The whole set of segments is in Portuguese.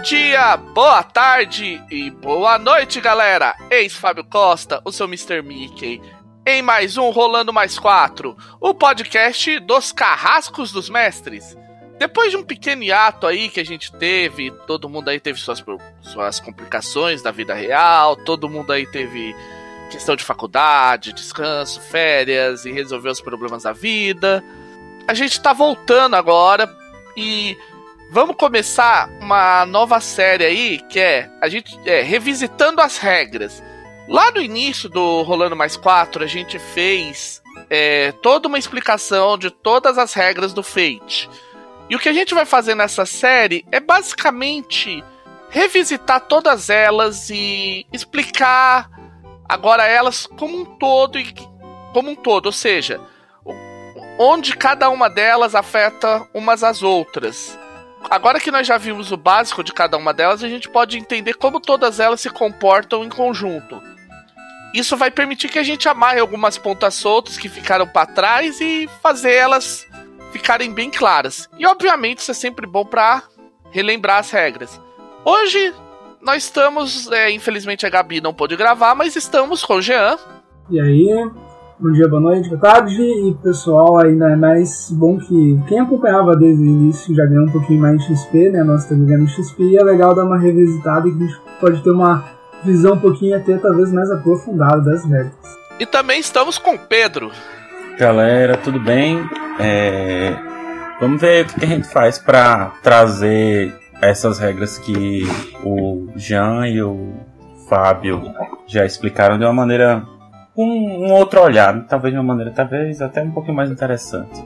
dia, boa tarde e boa noite, galera! Eis Fábio Costa, o seu Mr. Mickey, em mais um Rolando Mais 4, o podcast dos Carrascos dos Mestres. Depois de um pequeno hiato aí que a gente teve, todo mundo aí teve suas complicações da vida real, todo mundo aí teve questão de faculdade, descanso, férias e resolver os problemas da vida. A gente tá voltando agora e vamos começar uma nova série aí, que é a gente revisitando as regras. Lá no início do Rolando Mais 4, a gente fez toda uma explicação de todas as regras do Fate. E o que a gente vai fazer nessa série é basicamente revisitar todas elas e explicar agora elas como um todo, ou seja, onde cada uma delas afeta umas às outras. Agora que nós já vimos o básico de cada uma delas, a gente pode entender como todas elas se comportam em conjunto. Isso vai permitir que a gente amarre algumas pontas soltas que ficaram para trás e fazer elas ficarem bem claras. E obviamente isso é sempre bom para relembrar as regras. Hoje nós estamos, infelizmente a Gabi não pôde gravar, mas estamos com o Jean. E aí, bom dia, boa noite, boa tarde. E pessoal, ainda é mais bom que quem acompanhava desde o início já ganhou um pouquinho mais de XP, né? Nós estamos ganhando XP e é legal dar uma revisitada e que a gente pode ter uma visão um pouquinho até talvez mais aprofundada das regras. E também estamos com o Pedro. Galera, tudo bem? Vamos ver o que a gente faz para trazer essas regras que o Jean e o Fábio já explicaram de uma maneira, um outro olhar, talvez de uma maneira até um pouquinho mais interessante.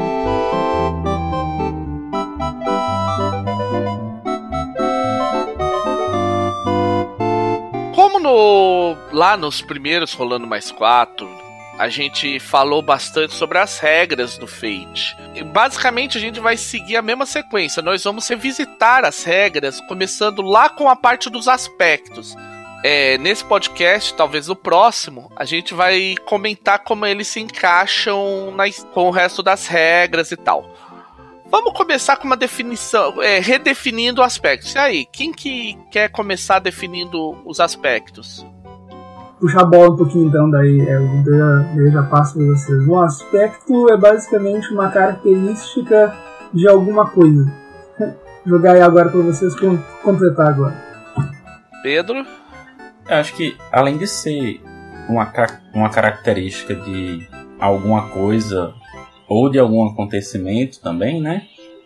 Como lá nos primeiros Rolando Mais 4, a gente falou bastante sobre as regras do Fate. E basicamente a gente vai seguir a mesma sequência. Nós vamos revisitar as regras, começando lá com a parte dos aspectos. Nesse podcast, talvez no próximo, a gente vai comentar como eles se encaixam com o resto das regras e tal. Vamos começar com uma definição, redefinindo aspectos. E aí, quem que quer começar definindo os aspectos? Puxar a bola um pouquinho então, daí eu já passo para vocês. Um aspecto é basicamente uma característica de alguma coisa. Vou jogar aí agora para vocês completar agora. Pedro? Eu acho que além de ser uma característica de alguma coisa ou de algum acontecimento também, né?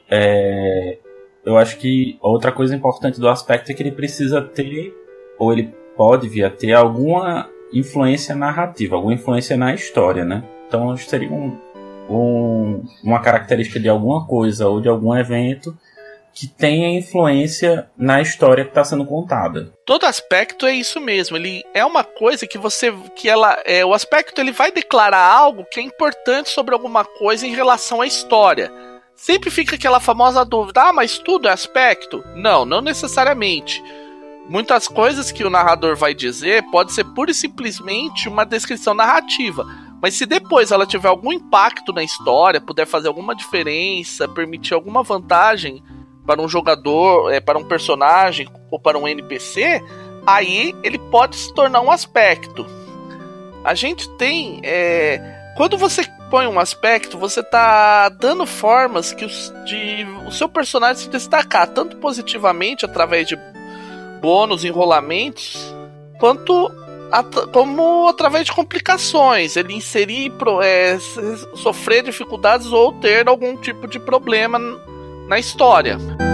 Eu acho que outra coisa importante do aspecto é que ele precisa ter, ou ele pode vir a ter alguma influência narrativa, alguma influência na história, né? Então seria uma característica de alguma coisa ou de algum evento que tenha influência na história que está sendo contada. Todo aspecto é isso mesmo. Ele é uma coisa o aspecto ele vai declarar algo que é importante sobre alguma coisa em relação à história. Sempre fica aquela famosa dúvida: mas tudo é aspecto? Não necessariamente. Muitas coisas que o narrador vai dizer pode ser pura e simplesmente uma descrição narrativa. Mas se depois ela tiver algum impacto na história, puder fazer alguma diferença, permitir alguma vantagem para um jogador, para um personagem ou para um NPC, aí ele pode se tornar um aspecto. A gente tem... quando você põe um aspecto, você está dando formas de o seu personagem se destacar, tanto positivamente através de bônus, enrolamentos, como através de complicações, ele inserir, sofrer dificuldades ou ter algum tipo de problema na história.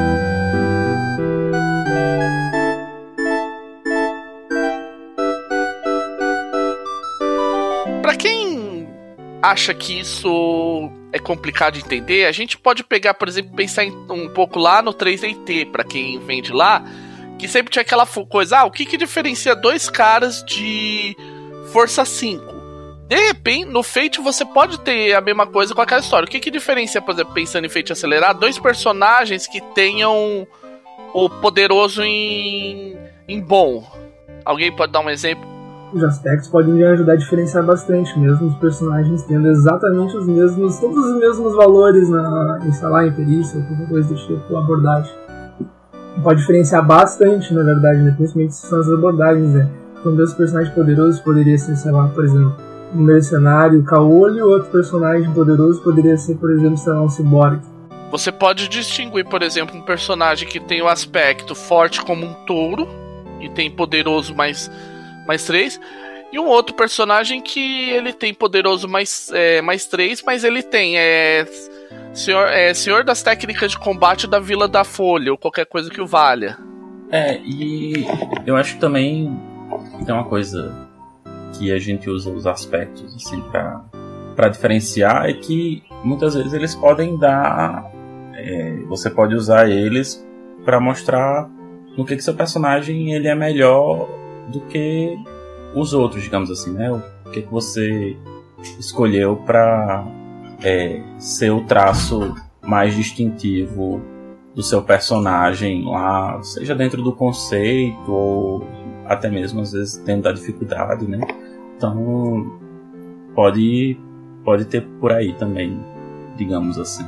Para quem acha que isso é complicado de entender, a gente pode pegar, por exemplo, pensar um pouco lá no 3DT, para quem vem de lá, que sempre tinha aquela coisa, o que diferencia dois caras de força 5? De repente, no Fate você pode ter a mesma coisa com aquela história. O que diferencia, por exemplo, pensando em Fate acelerado, dois personagens que tenham o poderoso em bom? Alguém pode dar um exemplo? Os aspectos podem ajudar a diferenciar bastante, mesmo os personagens tendo exatamente todos os mesmos valores em perícia, ou qualquer coisa do tipo, abordagem. pode diferenciar bastante, na verdade, né? Principalmente se são as abordagens, né? Um dos personagens poderosos poderia ser, sei lá, por exemplo, um mercenário caolho, e outro personagem poderoso poderia ser, por exemplo, sei lá, um ciborgue. Você pode distinguir, por exemplo, um personagem que tem o aspecto forte como um touro e tem poderoso mais 3, e um outro personagem que ele tem poderoso mais 3, mas ele tem senhor das técnicas de combate da Vila da Folha, ou qualquer coisa que o valha. E eu acho que também tem uma coisa que a gente usa os aspectos assim para diferenciar, é que muitas vezes eles podem dar... você pode usar eles para mostrar no que seu personagem ele é melhor do que os outros, digamos assim, né? O que você escolheu para ser o traço mais distintivo do seu personagem lá, seja dentro do conceito ou até mesmo às vezes dentro da dificuldade, né? Então pode ter por aí também, digamos assim.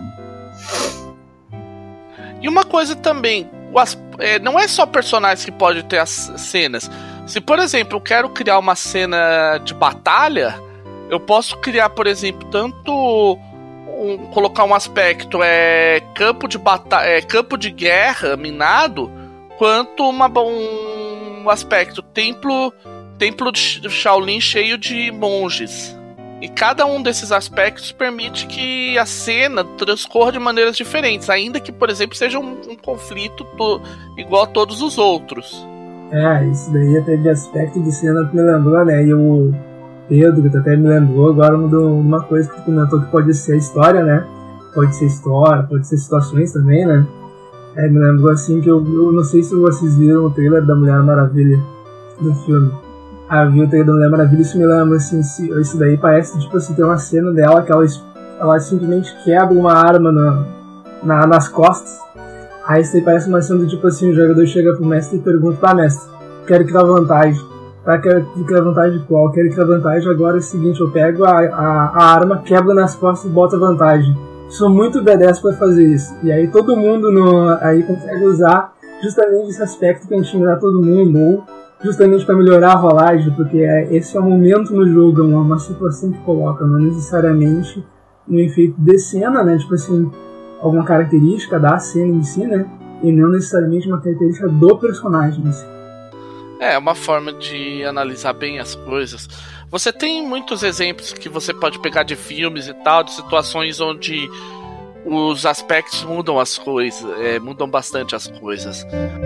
E uma coisa também, não é só personagens que podem ter as cenas. Se, por exemplo, eu quero criar uma cena de batalha, eu posso criar, por exemplo, tanto colocar um aspecto campo de guerra minado, quanto um aspecto templo de Shaolin cheio de monges. E cada um desses aspectos permite que a cena transcorra de maneiras diferentes, ainda que, por exemplo, seja um conflito igual a todos os outros. Isso daí até de aspecto de cena que me lembrou, né? E o Pedro, que até me lembrou agora uma coisa que tu comentou, que pode ser a história, né? Pode ser história, pode ser situações também, né? Me lembrou assim que eu não sei se vocês viram o trailer da Mulher Maravilha do filme. Vi o trailer da Mulher Maravilha, isso me lembra assim, isso daí parece tipo assim, tem uma cena dela que ela simplesmente quebra uma arma nas costas. Aí isso daí parece uma cena do tipo assim, o jogador chega pro mestre e pergunta: mestre, quero criar vantagem. Quero criar vantagem de qual? Quero criar vantagem agora é o seguinte, eu pego a arma, quebro nas costas e boto a vantagem. Sou muito B10 pra fazer isso. E aí todo mundo aí consegue usar justamente esse aspecto pra intimidar todo mundo, ou justamente para melhorar a rolagem, porque esse é um momento no jogo, é uma situação que coloca, não necessariamente um efeito de cena, né? Tipo assim, alguma característica da cena em si, né? E não necessariamente uma característica do personagem em si. É uma forma de analisar bem as coisas. Você tem muitos exemplos que você pode pegar de filmes e tal, de situações onde os aspectos mudam as coisas, mudam bastante as coisas.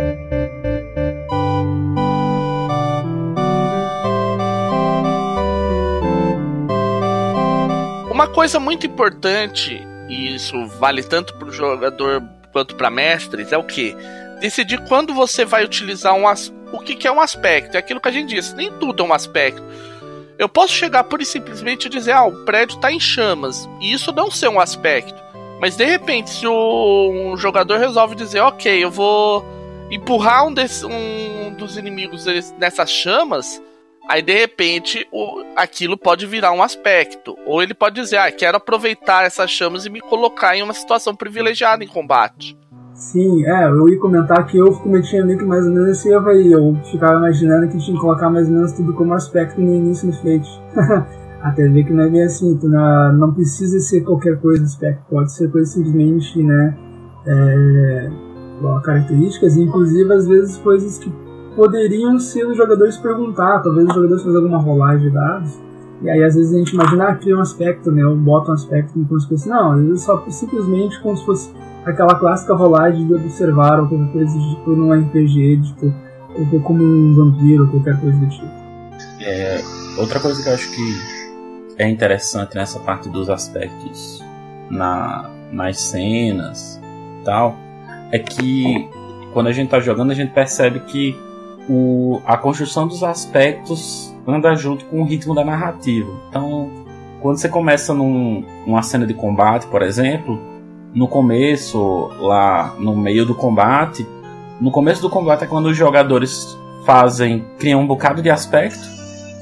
Uma coisa muito importante, e isso vale tanto para o jogador quanto para mestres, é o quê? Decidir quando você vai utilizar o que é um aspecto. É aquilo que a gente disse, nem tudo é um aspecto. Eu posso chegar pura e simplesmente e dizer: o prédio está em chamas, e isso não ser um aspecto. Mas de repente, se um jogador resolve dizer: ok, eu vou empurrar um dos inimigos nessas chamas, aí de repente aquilo pode virar um aspecto. Ou ele pode dizer: quero aproveitar essas chamas e me colocar em uma situação privilegiada em combate. Sim, eu ia comentar que eu cometia meio que mais ou menos esse erro aí. Eu ficava imaginando que tinha que colocar mais ou menos tudo como aspecto no início do Fate. Até ver que não é bem assim, não precisa ser qualquer coisa aspecto, pode ser coisa simplesmente, né, características, e inclusive às vezes coisas que poderiam ser os jogadores perguntar, talvez os jogadores fazer alguma rolagem de dados, e aí às vezes a gente imagina, cria um aspecto, né, ou bota um aspecto como se fosse, não, às vezes só simplesmente como se fosse aquela clássica rolagem de observar ou qualquer coisa tipo num RPG, tipo, ou como um vampiro ou qualquer coisa do tipo. Outra coisa que eu acho que é interessante nessa parte dos aspectos nas cenas e tal, é que quando a gente tá jogando a gente percebe que a construção dos aspectos anda junto com o ritmo da narrativa. Então, quando você começa numa cena de combate, por exemplo, no começo, lá no meio do combate, no começo do combate é quando os jogadores criam um bocado de aspecto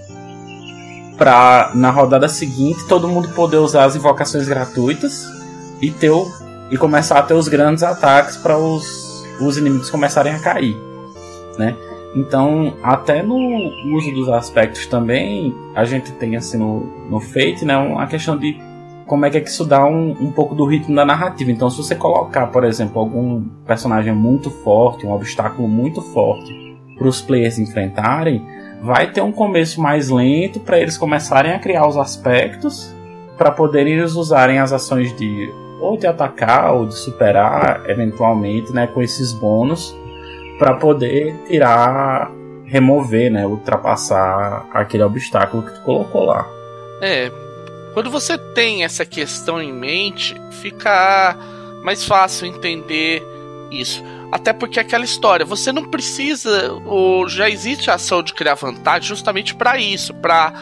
pra na rodada seguinte todo mundo poder usar as invocações gratuitas e começar a ter os grandes ataques para os os inimigos começarem a cair, né? Então, até no uso dos aspectos também, a gente tem assim no Fate, né, uma questão de como é que isso dá um pouco do ritmo da narrativa. Então, se você colocar, por exemplo, algum personagem muito forte, um obstáculo muito forte para os players enfrentarem, vai ter um começo mais lento para eles começarem a criar os aspectos para poderem eles usarem as ações ou de atacar ou de superar, eventualmente, né, com esses bônus, para poder remover, né, ultrapassar aquele obstáculo que tu colocou lá. Quando você tem essa questão em mente, fica mais fácil entender isso. Até porque aquela história, você não precisa, já existe a ação de criar vantagem justamente para isso, para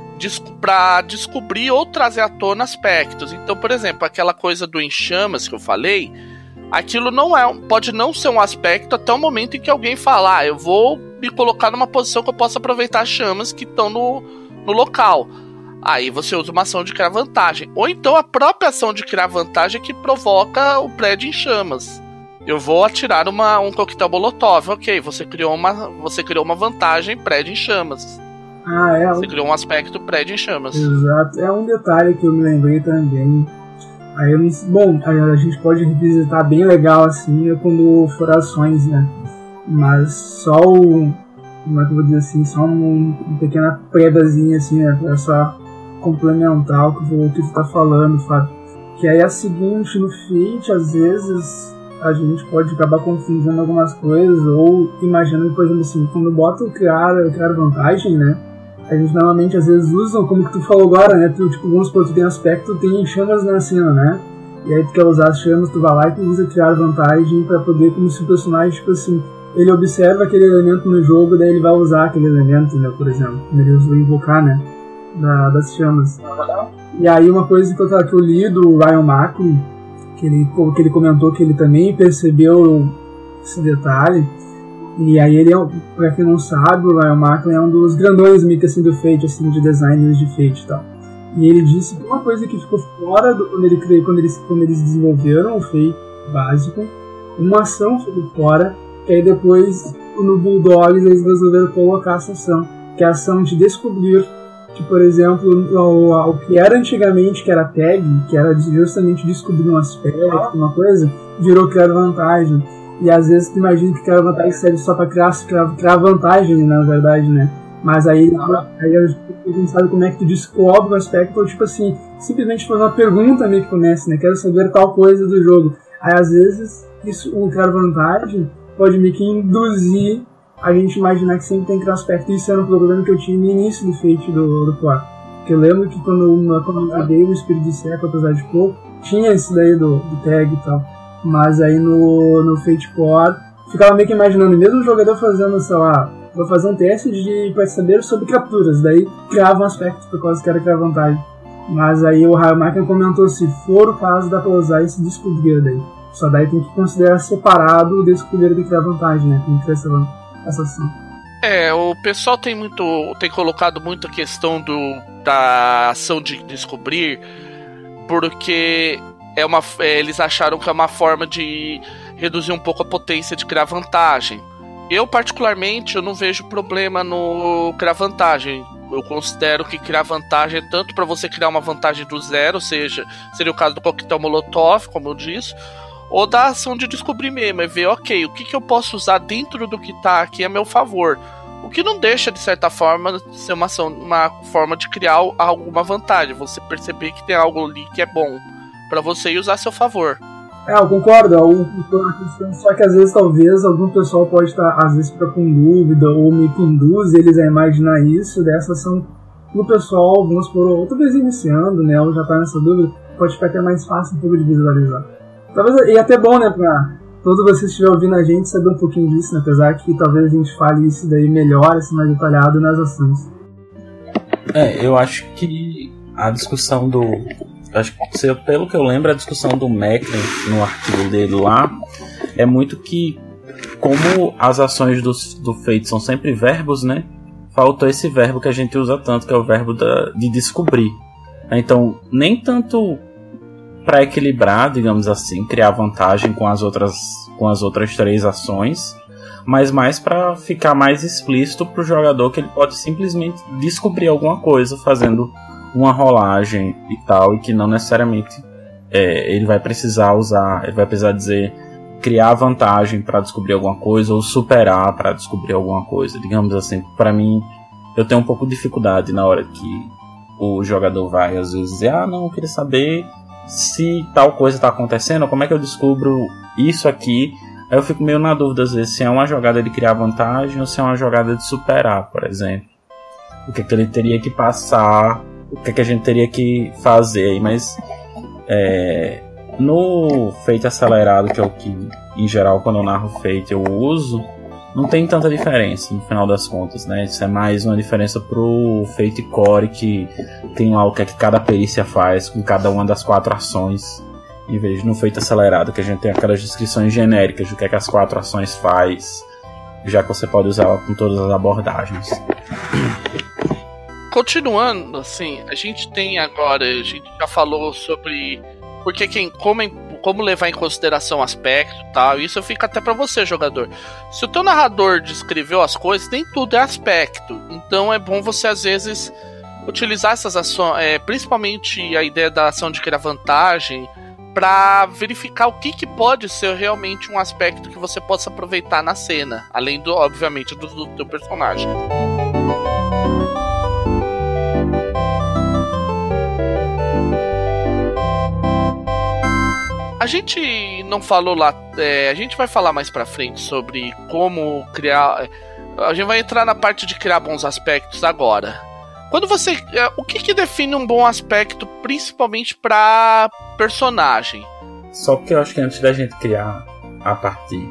descobrir ou trazer à tona aspectos. Então, por exemplo, aquela coisa do em chamas que eu falei, aquilo pode não ser um aspecto até o momento em que alguém fala, eu vou me colocar numa posição que eu possa aproveitar as chamas que estão no local. Aí você usa uma ação de criar vantagem. Ou então a própria ação de criar vantagem que provoca o prédio em chamas. Eu vou atirar um coquetel molotov. Ok, você criou uma vantagem prédio em chamas. Você criou um aspecto prédio em chamas. Exato, é um detalhe que eu me lembrei também. Aí a gente pode revisitar bem legal assim quando for ações, né? Mas só como é que eu vou dizer assim, só uma pequena préviazinha assim, né? Pra só complementar o que tu tá falando, Fábio. Que aí é a seguinte, no Fate, às vezes a gente pode acabar confundindo algumas coisas ou imaginando, por exemplo, assim, quando bota o criar vantagem, né? A gente normalmente às vezes usa, como que tu falou agora, né? Tu, tipo, vamos supor, tu tem aspecto, tem chamas na cena, né? E aí tu quer usar as chamas, tu vai lá e tu usa criar vantagem pra poder, como se o personagem, tipo assim, ele observa aquele elemento no jogo, daí ele vai usar aquele elemento, né? Por exemplo, quando ele vai invocar, né? Das chamas. E aí uma coisa que eu li do Ryan Macklin, que ele comentou que ele também percebeu esse detalhe. E aí ele pra quem não sabe, o Ryan Macklin é um dos grandões meio que assim do Fate, assim, de designers de Fate e tal. E ele disse que uma coisa que ficou fora quando eles desenvolveram o Fate básico, uma ação ficou fora, que aí depois no Bulldogs eles resolveram colocar essa ação, que é a ação de descobrir que, por exemplo, o que era antigamente, que era tag, que era justamente descobrir um aspecto, uma coisa, virou criar vantagem. E às vezes tu imagina que criar vantagem serve só pra criar vantagem, na verdade, né? Mas aí a gente sabe como é que tu descobre o aspecto, ou tipo assim, simplesmente fazer uma pergunta meio que começa, né? Quero saber tal coisa do jogo. Aí às vezes o criar vantagem pode meio que induzir a gente imaginar que sempre tem que criar aspecto. Isso era um problema que eu tinha no início do Fate do Core. Porque eu lembro que quando eu joguei o Espírito de Seco, apesar de pouco, tinha isso daí do tag e tal. Mas aí no Fate Core, ficava meio que imaginando, mesmo o jogador fazendo, sei lá, vou fazer um teste para saber sobre capturas, daí criava um aspecto por causa que era criar vantagem. Mas aí o Ryan Macklin comentou, se for o caso, dá pra usar esse descobrir daí. Só daí tem que considerar separado o descobrir de criar vantagem, né? Tem que ter essa ação. O pessoal tem colocado muito a questão da ação de descobrir, porque eles acharam que é uma forma de reduzir um pouco a potência de criar vantagem. Eu, particularmente, eu não vejo problema no criar vantagem. Eu considero que criar vantagem é tanto para você criar uma vantagem do zero, ou seja, seria o caso do coquetel molotov, como eu disse, ou da ação de descobrir mesmo, é ver, ok, o que eu posso usar dentro do que tá aqui a meu favor. O que não deixa, de certa forma, ser uma forma de criar alguma vantagem, você perceber que tem algo ali que é bom pra você e usar a seu favor. Eu concordo, só que às vezes talvez algum pessoal pode estar, às vezes fica com dúvida ou me conduz eles a imaginar isso, dessa ação no pessoal, vamos por outra vez iniciando, né, ou já tá nessa dúvida, pode ficar até mais fácil um pouco de visualizar. Talvez, e até bom, né, pra todos vocês que estiverem ouvindo a gente saber um pouquinho disso, né, apesar que talvez a gente fale isso daí melhor, assim, mais detalhado nas ações. Eu acho que a discussão acho que, pelo que eu lembro, a discussão do Macklin no artigo dele lá é muito que, como as ações do Fate são sempre verbos, né, faltou esse verbo que a gente usa tanto, que é o verbo de descobrir. Então, nem tanto para equilibrar, digamos assim, criar vantagem com as outras com as outras 3 ações, mas mais para ficar mais explícito para o jogador que ele pode simplesmente descobrir alguma coisa fazendo uma rolagem e tal, e que não necessariamente ele vai precisar usar, ele vai precisar dizer criar vantagem para descobrir alguma coisa ou superar para descobrir alguma coisa, digamos assim. Para mim, eu tenho um pouco de dificuldade na hora que o jogador vai às vezes dizer, não, eu queria saber se tal coisa está acontecendo, como é que eu descubro isso aqui. Aí eu fico meio na dúvida às vezes se é uma jogada de criar vantagem ou se é uma jogada de superar, por exemplo. O que ele teria que passar, o que a gente teria que fazer aí, mas no Fate acelerado, que é o que em geral quando eu narro Fate eu uso, não tem tanta diferença no final das contas, né? Isso é mais uma diferença pro Fate Core, que tem lá o que é que cada perícia faz com cada uma das 4 ações, em vez de no Fate acelerado, que a gente tem aquelas descrições genéricas do que é que as 4 ações faz, já que você pode usar ela com todas as abordagens. Continuando, assim, a gente tem agora, a gente já falou sobre como levar em consideração o aspecto e tal, isso fica até pra você, jogador. Se o teu narrador descreveu as coisas, nem tudo é aspecto, então é bom você às vezes utilizar essas ações, principalmente a ideia da ação de criar vantagem, pra verificar o que pode ser realmente um aspecto que você possa aproveitar na cena, além do, obviamente, do teu personagem. A gente não falou lá, a gente vai falar mais pra frente sobre como criar. A gente vai entrar na parte de criar bons aspectos agora. Quando você, o que define um bom aspecto, principalmente pra personagem? Só que eu acho que antes da gente criar a partir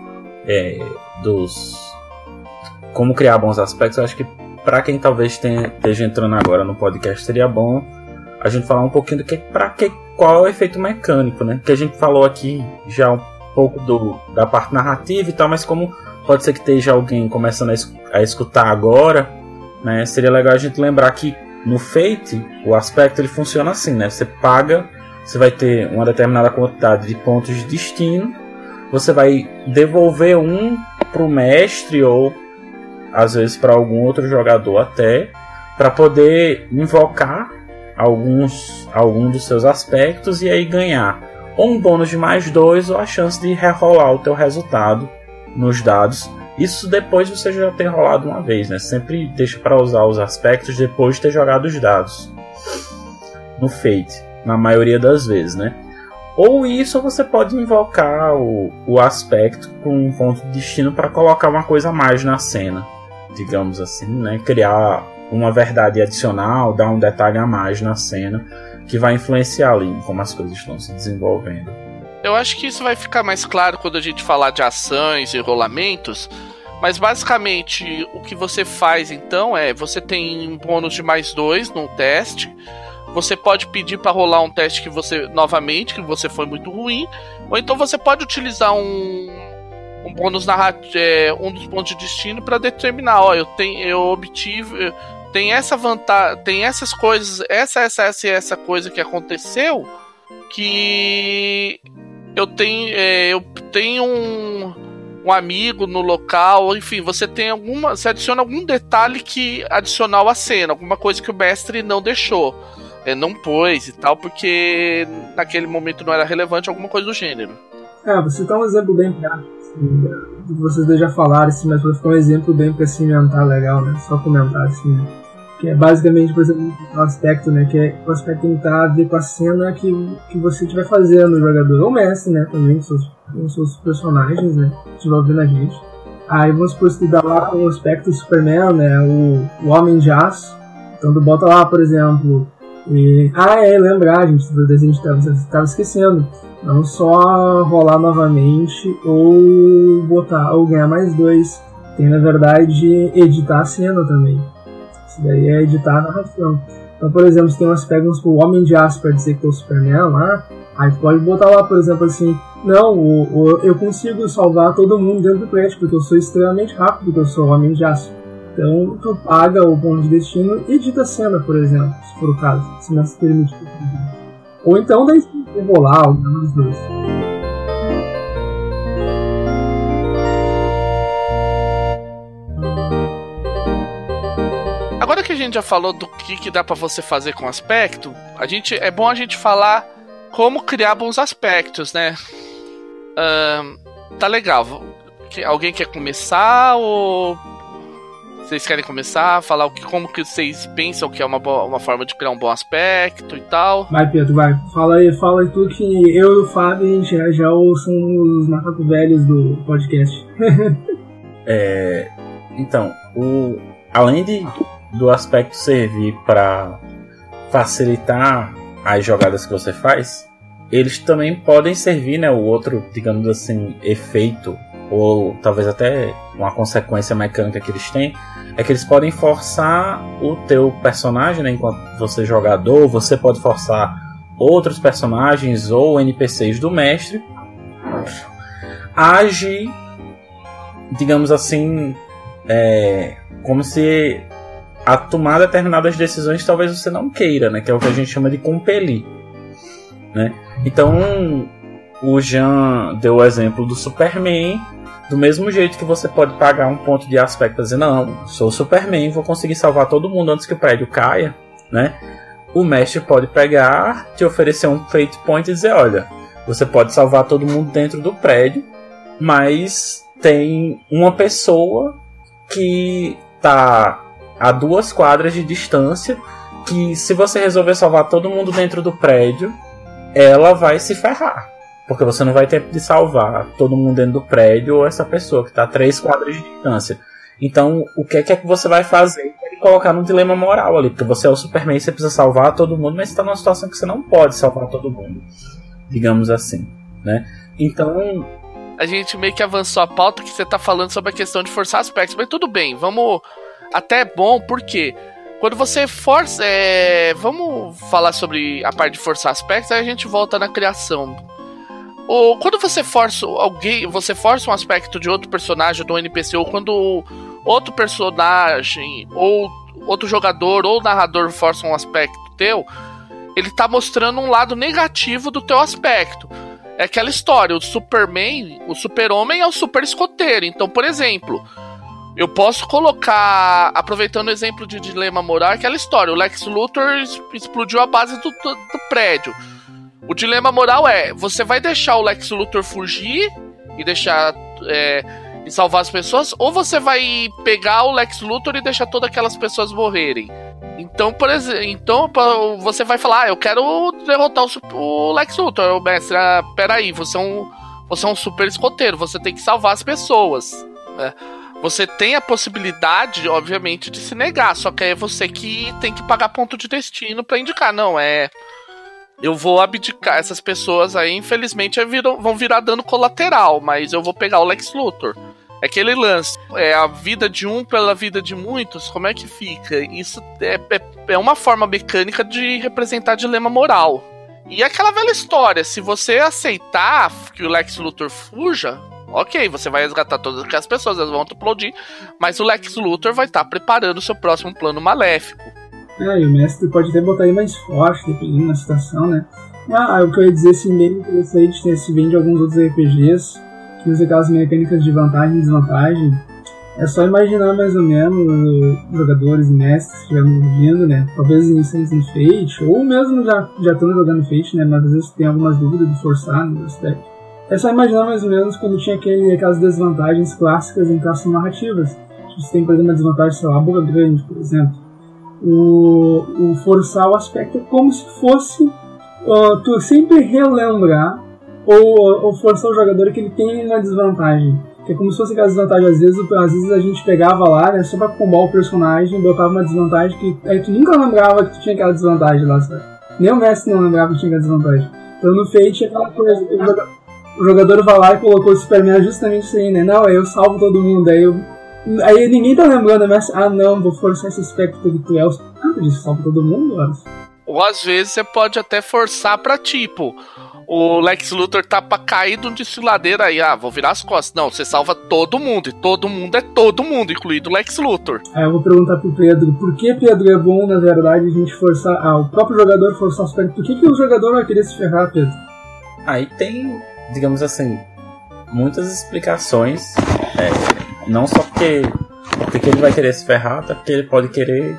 como criar bons aspectos, eu acho que pra quem talvez esteja entrando agora no podcast, seria bom a gente falar um pouquinho do qual é o efeito mecânico, né? Que a gente falou aqui já um pouco da parte narrativa e tal, mas como pode ser que esteja alguém começando a escutar agora, né? Seria legal a gente lembrar que no Fate o aspecto ele funciona assim, né? Você paga, você vai ter uma determinada quantidade de pontos de destino, você vai devolver um pro mestre ou às vezes para algum outro jogador até, para poder invocar algum dos seus aspectos e aí ganhar ou um bônus de mais 2 ou a chance de rerolar o teu resultado nos dados. Isso depois de você já ter rolado uma vez, né? Sempre deixa para usar os aspectos depois de ter jogado os dados no Fate, na maioria das vezes, né? Ou isso, você pode invocar o aspecto com um ponto de destino para colocar uma coisa a mais na cena, digamos assim, né? Criar uma verdade adicional, dar um detalhe a mais na cena que vai influenciar ali em como as coisas estão se desenvolvendo. Eu acho que isso vai ficar mais claro quando a gente falar de ações e rolamentos, mas basicamente o que você faz então você tem um bônus de mais 2 no teste, você pode pedir para rolar um teste que você foi muito ruim, ou então você pode utilizar um bônus narrativo, um dos pontos de destino para determinar, eu obtive, tem essa vantagem, tem essas coisas, essa coisa que aconteceu, que eu tenho um amigo no local, enfim, você adiciona algum detalhe que adicional à cena, alguma coisa que o mestre não deixou, não pôs e tal, porque naquele momento não era relevante, alguma coisa do gênero. Você dá um exemplo bem prático, assim, do que vocês já falaram, assim, mas pra ficar um exemplo bem pra cimentar legal, né? Só comentar, assim, né? Que é basicamente, por exemplo, um aspecto, né? Que o aspecto tem que estar a ver com a cena que você estiver fazendo, o jogador, ou mestre, né? Também, com seus personagens, né? Que estiver ouvindo a gente. Aí vamos supor que dá lá com o aspecto Superman, né? O Homem de Aço. Então tu bota lá, por exemplo. Lembrar, gente, a gente tava esquecendo. Não só rolar novamente ou ganhar mais 2. Tem, na verdade, editar a cena também. Isso daí é editar a narração. Então, por exemplo, se tem umas pegas pro Homem de Aço pra dizer que é o Superman lá, aí tu pode botar lá, por exemplo, assim, não, eu consigo salvar todo mundo dentro do prédio, porque eu sou extremamente rápido, porque eu sou o Homem de Aço. Então, tu paga o ponto de destino e edita a cena, por exemplo, se for o caso, se não se permite. Ou então, daí rolar alguma dos dois. agora que a gente já falou do que dá pra você fazer com aspecto, é bom a gente falar como criar bons aspectos, né? Tá legal. Alguém quer começar ou vocês querem começar a falar como que vocês pensam que é uma forma de criar um bom aspecto e tal? Vai, Pedro, vai. Fala aí tu que eu e o Fábio, a gente já somos os macacos velhos do podcast. Então, além do aspecto servir para facilitar as jogadas que você faz, eles também podem servir, né, o outro, digamos assim, efeito, ou talvez até uma consequência mecânica que eles têm, é que eles podem forçar o teu personagem, né, enquanto você jogador, você pode forçar outros personagens ou NPCs do mestre a agir, digamos assim, como se a tomar determinadas decisões talvez você não queira, né, que é o que a gente chama de compelir, né? Então, o Jean deu o exemplo do Superman. Do mesmo jeito que você pode pagar um ponto de aspecto e dizer, não, sou o Superman, vou conseguir salvar todo mundo antes que o prédio caia, né? O mestre pode pegar, te oferecer um fate point e dizer, olha, você pode salvar todo mundo dentro do prédio, mas tem uma pessoa que tá a 2 quadras de distância, que se você resolver salvar todo mundo dentro do prédio, ela vai se ferrar. Porque você não vai ter tempo de salvar todo mundo dentro do prédio ou essa pessoa que está a 3 quadras de distância. Então, o que é que você vai fazer? É colocar num dilema moral ali. Porque você é o Superman, você precisa salvar todo mundo, mas você está numa situação que você não pode salvar todo mundo. Digamos assim, né? Então... A gente meio que avançou a pauta que você está falando sobre a questão de forçar aspectos. Mas tudo bem, vamos... Até é bom, porque... Quando você força... Vamos falar sobre a parte de forçar aspectos, aí a gente volta na criação. Quando você força um aspecto de outro personagem, de um NPC, ou quando outro personagem, ou outro jogador, ou narrador força um aspecto teu, ele tá mostrando um lado negativo do teu aspecto. É aquela história, o Superman, o super-homem é o super escoteiro. Então, por exemplo, eu posso colocar, aproveitando o exemplo de dilema moral, aquela história, o Lex Luthor explodiu a base do prédio. O dilema moral é, você vai deixar o Lex Luthor fugir e deixar e salvar as pessoas, ou você vai pegar o Lex Luthor e deixar todas aquelas pessoas morrerem. Então, por exemplo, você vai falar, eu quero derrotar o Lex Luthor. O mestre, peraí, você é um super escoteiro, você tem que salvar as pessoas. Você tem a possibilidade, obviamente, de se negar, só que é você que tem que pagar ponto de destino pra indicar, eu vou abdicar, essas pessoas aí, infelizmente, vão virar dano colateral, mas eu vou pegar o Lex Luthor. É aquele lance, a vida de um pela vida de muitos, como é que fica? Isso é uma forma mecânica de representar dilema moral. E aquela velha história, se você aceitar que o Lex Luthor fuja, ok, você vai resgatar todas aquelas pessoas, elas vão explodir, mas o Lex Luthor vai estar preparando o seu próximo plano maléfico. E o mestre pode até botar ele mais forte, dependendo da situação, né? O que eu ia dizer, assim, meio interessante, se vem de alguns outros RPGs, que usa aquelas mecânicas de vantagem e desvantagem. É só imaginar mais ou menos os jogadores e mestres que estiverem ouvindo, né? Talvez iniciantes em Fate, ou mesmo já estão jogando Fate, né? Mas às vezes tem algumas dúvidas de forçar no aspecto. É só imaginar mais ou menos quando tinha aquelas desvantagens clássicas em classes narrativas. Você tem, por exemplo, a desvantagem, sei lá, boca grande, por exemplo. O forçar o aspecto é como se fosse tu sempre relembrar ou forçar o jogador que ele tem uma desvantagem, que é como se fosse aquela desvantagem. Às vezes a gente pegava lá, né, só pra combar o personagem, botava uma desvantagem que aí tu nunca lembrava que tu tinha aquela desvantagem lá, sabe? Nem o mestre não lembrava que tinha aquela desvantagem. Então no Fate é aquela coisa, o jogador vai lá e colocou o Superman justamente isso aí, né? Não, eu salvo todo mundo, aí ninguém tá lembrando, mas não, vou forçar esse aspecto porque tu é o Superman, isso salva todo mundo, olha. Ou às vezes você pode até forçar pra tipo, o Lex Luthor tá pra cair de um desfiladeiro aí, vou virar as costas. Não, você salva todo mundo, e todo mundo é todo mundo, incluído o Lex Luthor. Aí eu vou perguntar pro Pedro, por que, Pedro, é bom, na verdade, a gente forçar, o próprio jogador forçar o aspecto? Por que o jogador vai querer se ferrar, Pedro? Aí tem, digamos assim, muitas explicações, não só porque ele vai querer se ferrar, até porque ele pode querer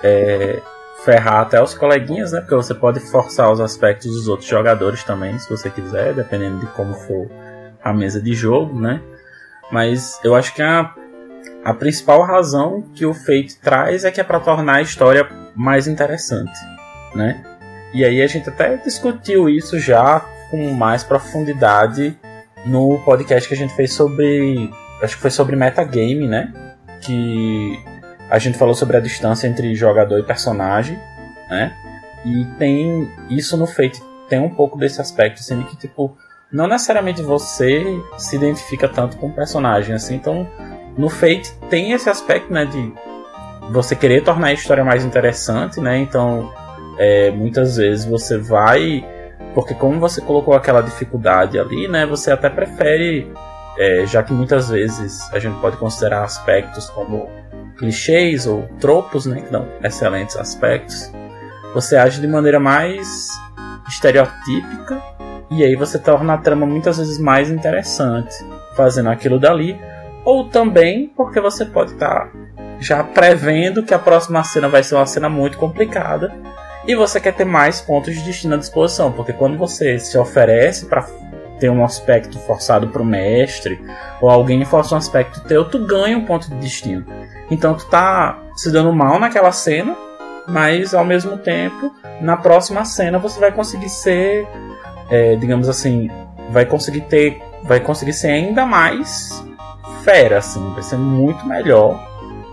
ferrar até os coleguinhas, né? Porque você pode forçar os aspectos dos outros jogadores também, se você quiser, dependendo de como for a mesa de jogo, né? Mas eu acho que a principal razão que o Fate traz é que é para tornar a história mais interessante, né? E aí a gente até discutiu isso já com mais profundidade no podcast que a gente fez sobre... Acho que foi sobre metagame, né? Que a gente falou sobre a distância entre jogador e personagem, né? E tem isso no Fate, tem um pouco desse aspecto, assim, que tipo, não necessariamente você se identifica tanto com o personagem, assim. Então, no Fate tem esse aspecto, né, de você querer tornar a história mais interessante, né? Então, muitas vezes você vai... Porque como você colocou aquela dificuldade ali, né? Você até prefere... já que muitas vezes a gente pode considerar aspectos como clichês ou tropos, né, que dão excelentes aspectos, você age de maneira mais estereotípica e aí você torna a trama muitas vezes mais interessante fazendo aquilo dali, ou também porque você pode estar já prevendo que a próxima cena vai ser uma cena muito complicada e você quer ter mais pontos de destino à disposição, porque quando você se oferece para ter um aspecto forçado pro mestre, ou alguém força um aspecto teu, tu ganha um ponto de destino. Então tu tá se dando mal naquela cena, mas ao mesmo tempo, na próxima cena você vai conseguir ser, digamos assim, vai conseguir ser ainda mais fera, assim, vai ser muito melhor,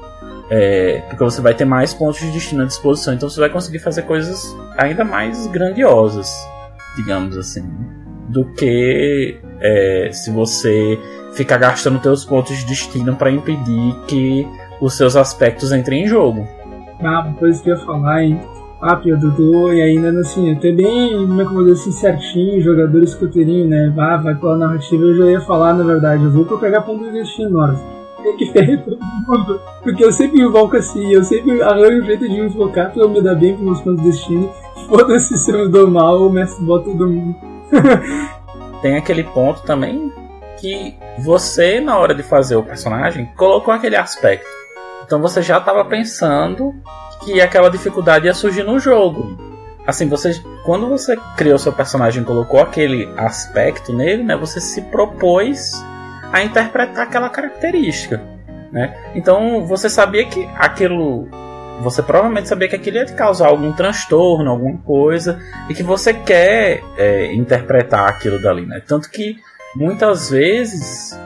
porque você vai ter mais pontos de destino à disposição, então você vai conseguir fazer coisas ainda mais grandiosas, digamos assim, do que se você ficar gastando teus pontos de destino para impedir que os seus aspectos entrem em jogo. Uma coisa que eu ia falar, hein? Dudu, e ainda assim, até bem, como é que eu vou dizer assim, certinho, jogador escuteirinho, né? Vai pela narrativa, eu já ia falar, na verdade, eu vou pra pegar ponto de destino, Nora. Tem que ferrar todo mundo, porque eu sempre invoco assim, eu sempre arranjo um jeito de invocar pra eu me dar bem com meus pontos de destino. Foda-se se eu me dou mal, o mestre bota todo mundo. Tem aquele ponto também que você, na hora de fazer o personagem, colocou aquele aspecto. Então você já estava pensando que aquela dificuldade ia surgir no jogo. Assim, quando você criou seu personagem e colocou aquele aspecto nele, né, você se propôs a interpretar aquela característica, né? Então você sabia que aquilo... Você provavelmente sabia que aquilo ia te causar algum transtorno, alguma coisa, e que você quer interpretar aquilo dali, né? Tanto que muitas vezes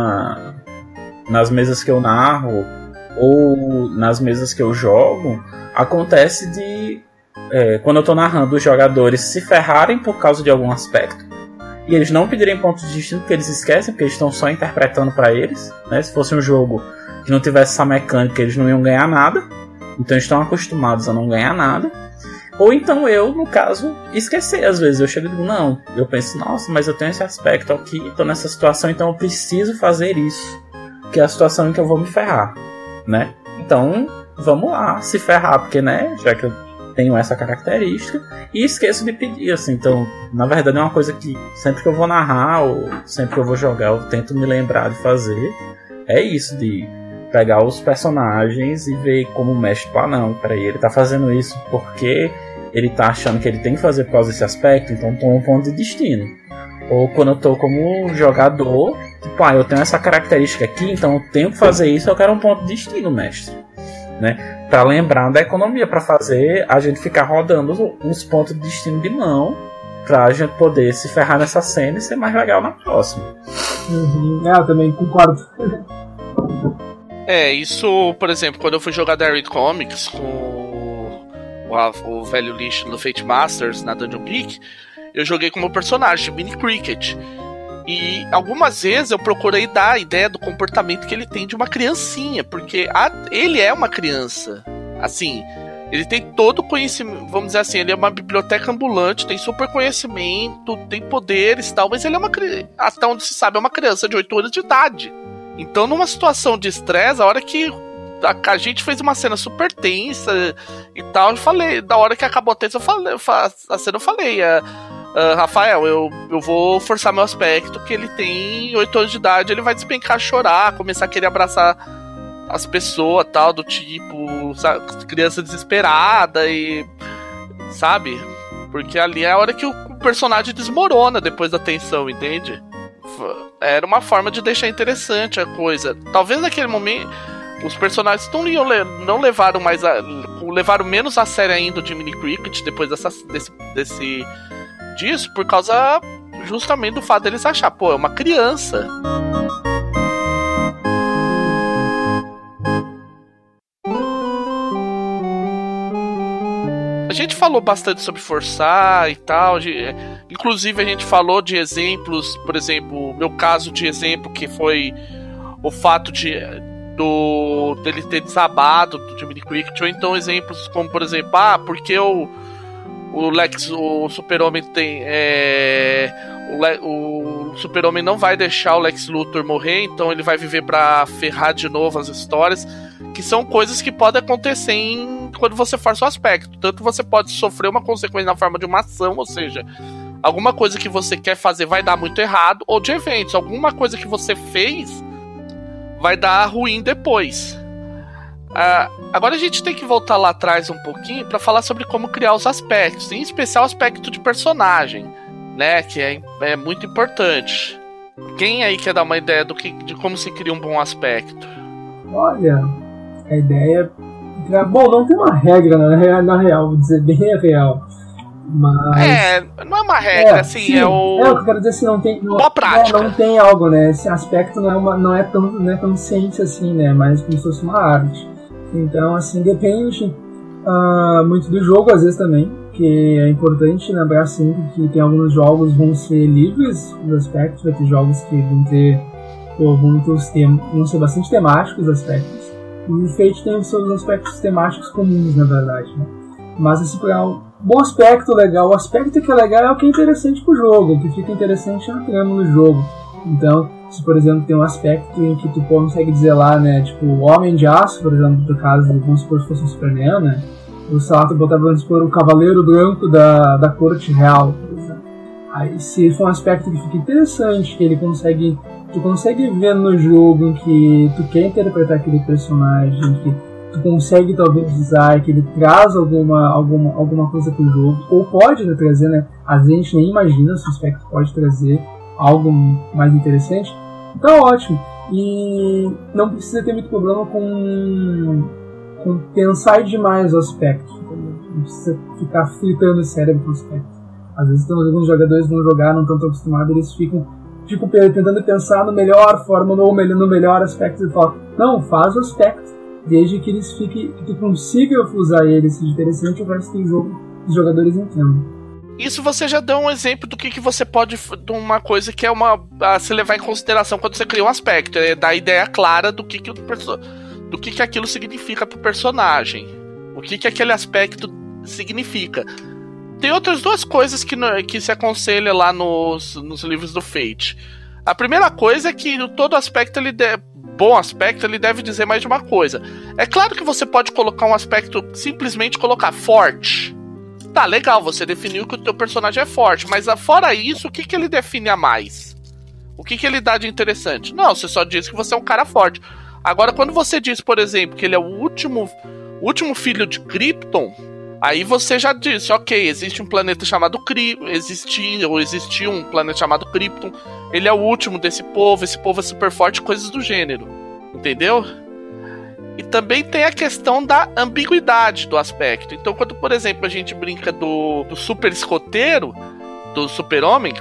nas mesas que eu narro ou nas mesas que eu jogo, acontece de quando eu tô narrando, os jogadores se ferrarem por causa de algum aspecto e eles não pedirem pontos de destino porque eles esquecem, porque eles estão só interpretando para eles, né? Se fosse um jogo que não tivesse essa mecânica, eles não iam ganhar nada, então eles estão acostumados a não ganhar nada. Ou então eu, no caso, esquecer. Às vezes eu chego e digo, não, eu penso, nossa, mas eu tenho esse aspecto aqui, tô nessa situação, então eu preciso fazer isso, que é a situação em que eu vou me ferrar, né? Então, vamos lá, se ferrar, porque, né, já que eu tenho essa característica, e esqueço de pedir, assim. Então, na verdade é uma coisa que sempre que eu vou narrar, ou sempre que eu vou jogar, eu tento me lembrar de fazer. É isso, de pegar os personagens e ver como o mestre, não, peraí, ele tá fazendo isso porque ele tá achando que ele tem que fazer por causa desse aspecto, então toma um ponto de destino. Ou quando eu tô como jogador, tipo, eu tenho essa característica aqui, então eu tenho que fazer isso, eu quero um ponto de destino, mestre, né? Pra lembrar da economia, pra fazer a gente ficar rodando uns pontos de destino de mão, pra gente poder se ferrar nessa cena e ser mais legal na próxima. Eu também concordo. Isso, por exemplo, quando eu fui jogar Derrick Comics com o velho lixo no Fate Masters na Dungeon Geek, eu joguei como personagem, Mini Cricket. E algumas vezes eu procurei dar a ideia do comportamento que ele tem de uma criancinha, porque ele é uma criança. Assim, ele tem todo o conhecimento, vamos dizer assim, ele é uma biblioteca ambulante, tem super conhecimento, tem poderes e tal, mas ele é até onde se sabe, é uma criança de 8 anos de idade. Então, numa situação de estresse, a hora que a gente fez uma cena super tensa e tal, eu falei, da hora que acabou a tensa, eu falei, Rafael, eu vou forçar meu aspecto, que ele tem 8 anos de idade, ele vai despencar, chorar, começar a querer abraçar as pessoas, tal, do tipo, sabe, criança desesperada e, sabe? Porque ali é a hora que o personagem desmorona depois da tensão, entende? Era uma forma de deixar interessante a coisa. Talvez naquele momento os personagens não levaram mais levaram menos a sério ainda o Jiminy Cricket depois disso, por causa justamente do fato deles achar, pô, é uma criança. A gente falou bastante sobre forçar e tal, inclusive a gente falou de exemplos, por exemplo, o meu caso de exemplo que foi o fato dele ter desabado do Jiminy Cricket, ou então exemplos como, por exemplo, porque o Super-Homem tem o Super-Homem não vai deixar o Lex Luthor morrer, então ele vai viver pra ferrar de novo as histórias, que são coisas que podem acontecer quando você força o aspecto. Tanto você pode sofrer uma consequência na forma de uma ação, ou seja, alguma coisa que você quer fazer vai dar muito errado, ou de eventos, alguma coisa que você fez vai dar ruim depois. Agora a gente tem que voltar lá atrás um pouquinho para falar sobre como criar os aspectos, em especial o aspecto de personagem, né, que é muito importante. Quem aí quer dar uma ideia de como se cria um bom aspecto? Olha, a ideia... Bom, não tem uma regra na real, vou dizer bem real. Mas... não é uma regra, assim, sim, o que eu quero dizer assim, não tem... Uma prática. Não tem algo, né, esse aspecto não é tão ciência assim, né, mas como se fosse uma arte. Então, assim, depende muito do jogo, às vezes também, que é importante lembrar sempre que tem alguns jogos que vão ser livres dos aspectos, vai ter jogos que vão ser bastante temáticos os aspectos. E o Fate tem os seus aspectos temáticos comuns, na verdade, né? Mas, assim, para um bom aspecto legal, o aspecto que é legal é o que é interessante pro jogo, o que fica interessante na trama do jogo. Então, se, por exemplo, tem um aspecto em que tu consegue dizer lá, né, tipo, o Homem de Aço, por exemplo, no caso, vamos supor que fosse o Superman, né? Ou sei lá, tu botava, vamos supor, o Cavaleiro Branco da Corte Real, por exemplo. Aí, se for um aspecto que fica interessante, que tu consegue ver no jogo em que tu quer interpretar aquele personagem, que tu consegue talvez usar, que ele traz alguma coisa pro jogo, ou pode, né, trazer, né? Às vezes a gente nem imagina se o aspecto pode trazer algo mais interessante. Então, ótimo. E não precisa ter muito problema com pensar demais o aspecto. Não precisa ficar fritando o cérebro com o aspecto. Às vezes alguns jogadores vão jogar, não estão tão acostumados, eles ficam tentando pensar no melhor forma ou no melhor aspecto e falam, não, faz o aspecto, desde que que tu consiga usar ele, seja interessante, o resto do jogo os jogadores entendam. Isso você já deu um exemplo do que você pode, de uma coisa que é a se levar em consideração quando você cria um aspecto, é dar ideia clara do que aquilo significa pro personagem, o que aquele aspecto significa. Tem outras duas coisas que se aconselha lá nos livros do Fate. A primeira coisa é que todo aspecto, bom aspecto, ele deve dizer mais de uma coisa. É claro que você pode colocar um aspecto, simplesmente colocar forte. Tá, legal, você definiu que o teu personagem é forte, mas fora isso, o que ele define a mais? O que ele dá de interessante? Não, você só diz que você é um cara forte. Agora, quando você diz, por exemplo, que ele é o último filho de Krypton, aí você já disse, ok, existe um planeta chamado existiu um planeta chamado Krypton, ele é o último desse povo, esse povo é super forte, coisas do gênero, entendeu? E também tem a questão da ambiguidade do aspecto. Então, quando, por exemplo, a gente brinca do super escoteiro, do Super-Homem,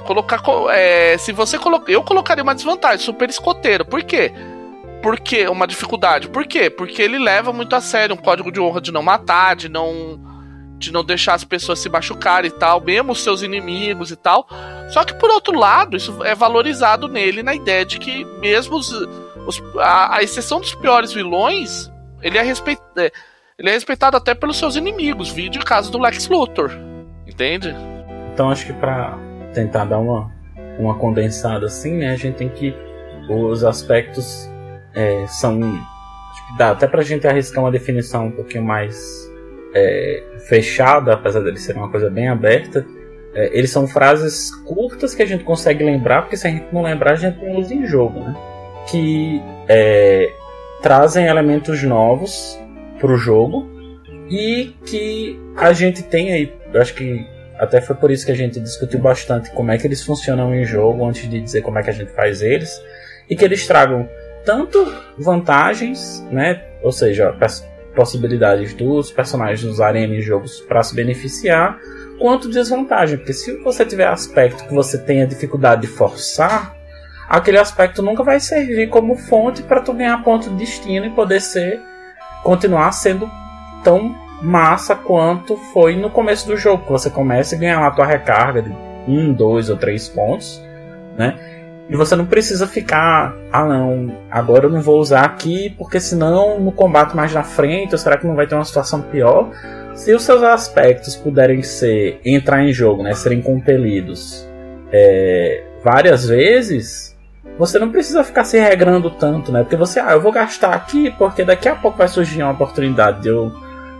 eu colocaria uma desvantagem, super escoteiro. Por quê? Porque uma dificuldade. Por quê? Porque ele leva muito a sério um código de honra de não matar, de não deixar as pessoas se machucarem e tal, mesmo os seus inimigos e tal. Só que, por outro lado, isso é valorizado nele na ideia de que mesmo a exceção dos piores vilões, ele é respeitado até pelos seus inimigos. Vídeo o caso do Lex Luthor. Entende? Então acho que pra tentar dar uma condensada assim, né, a gente tem que... Os aspectos são... Acho que dá até pra gente arriscar uma definição um pouquinho mais fechada, apesar de ser uma coisa bem aberta. Eles são frases curtas que a gente consegue lembrar, porque se a gente não lembrar, a gente não usa em jogo, né? Que trazem elementos novos pro jogo e que a gente tem aí, eu acho que até foi por isso que a gente discutiu bastante como é que eles funcionam em jogo antes de dizer como é que a gente faz eles, e que eles tragam tanto vantagens, né, ou seja, possibilidades dos personagens usarem em jogos para se beneficiar, quanto desvantagem, porque se você tiver aspecto que você tenha dificuldade de forçar, aquele aspecto nunca vai servir como fonte para tu ganhar ponto de destino e poder continuar sendo tão massa quanto foi no começo do jogo, que você começa a ganhar lá a tua recarga de 1, 2 ou 3 pontos, né? E você não precisa ficar, não, agora eu não vou usar aqui, porque senão no combate mais na frente, ou será que não vai ter uma situação pior? Se os seus aspectos puderem entrar em jogo, né, serem compelidos várias vezes, você não precisa ficar se regrando tanto, né? Porque você, eu vou gastar aqui, porque daqui a pouco vai surgir uma oportunidade de eu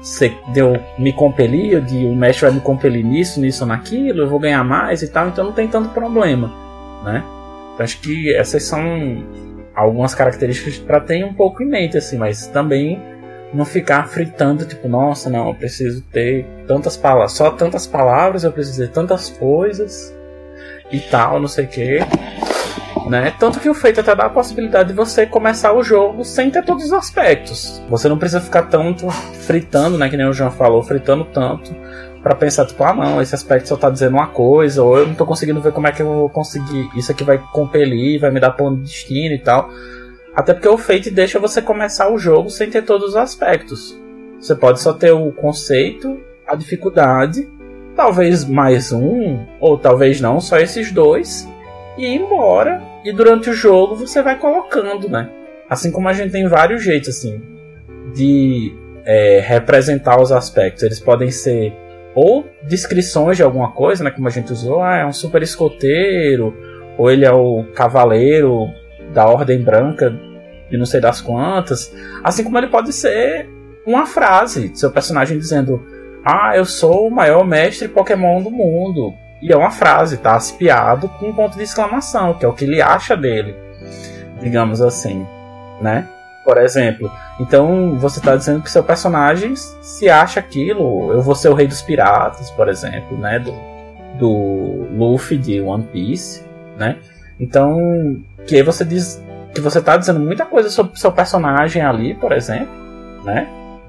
me compelir, o mestre vai me compelir nisso, naquilo, eu vou ganhar mais e tal, então não tem tanto problema, né? Então acho que essas são algumas características para ter um pouco em mente, assim, mas também não ficar fritando, tipo, nossa, não, eu preciso ter tantas palavras, só tantas palavras, eu preciso ter tantas coisas e tal, não sei o que, né? Tanto que o Fate até dá a possibilidade de você começar o jogo sem ter todos os aspectos. Você não precisa ficar tanto fritando, né? Que nem o João falou, fritando tanto pra pensar, tipo, não, esse aspecto só tá dizendo uma coisa, ou eu não tô conseguindo ver como é que eu vou conseguir, isso aqui vai compelir, vai me dar ponto de destino e tal. Até porque o Fate deixa você começar o jogo sem ter todos os aspectos. Você pode só ter o conceito, a dificuldade, talvez mais um, ou talvez não, só esses dois, e ir embora. E durante o jogo você vai colocando, né? Assim como a gente tem vários jeitos, assim, de representar os aspectos. Eles podem ser ou descrições de alguma coisa, né? Como a gente usou, é um super escoteiro, ou ele é o cavaleiro da Ordem Branca de não sei das quantas. Assim como ele pode ser uma frase, seu personagem dizendo: eu sou o maior mestre Pokémon do mundo. E é uma frase, tá aspiado com um ponto de exclamação, que é o que ele acha dele, digamos assim, né? Por exemplo, então você está dizendo que seu personagem se acha aquilo, eu vou ser o rei dos piratas, por exemplo, né? Do Luffy de One Piece, né? Então, que aí você diz que você está dizendo muita coisa sobre o seu personagem ali, por exemplo, né?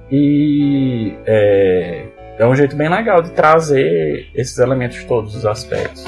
E é um jeito bem legal de trazer esses elementos todos, os aspectos.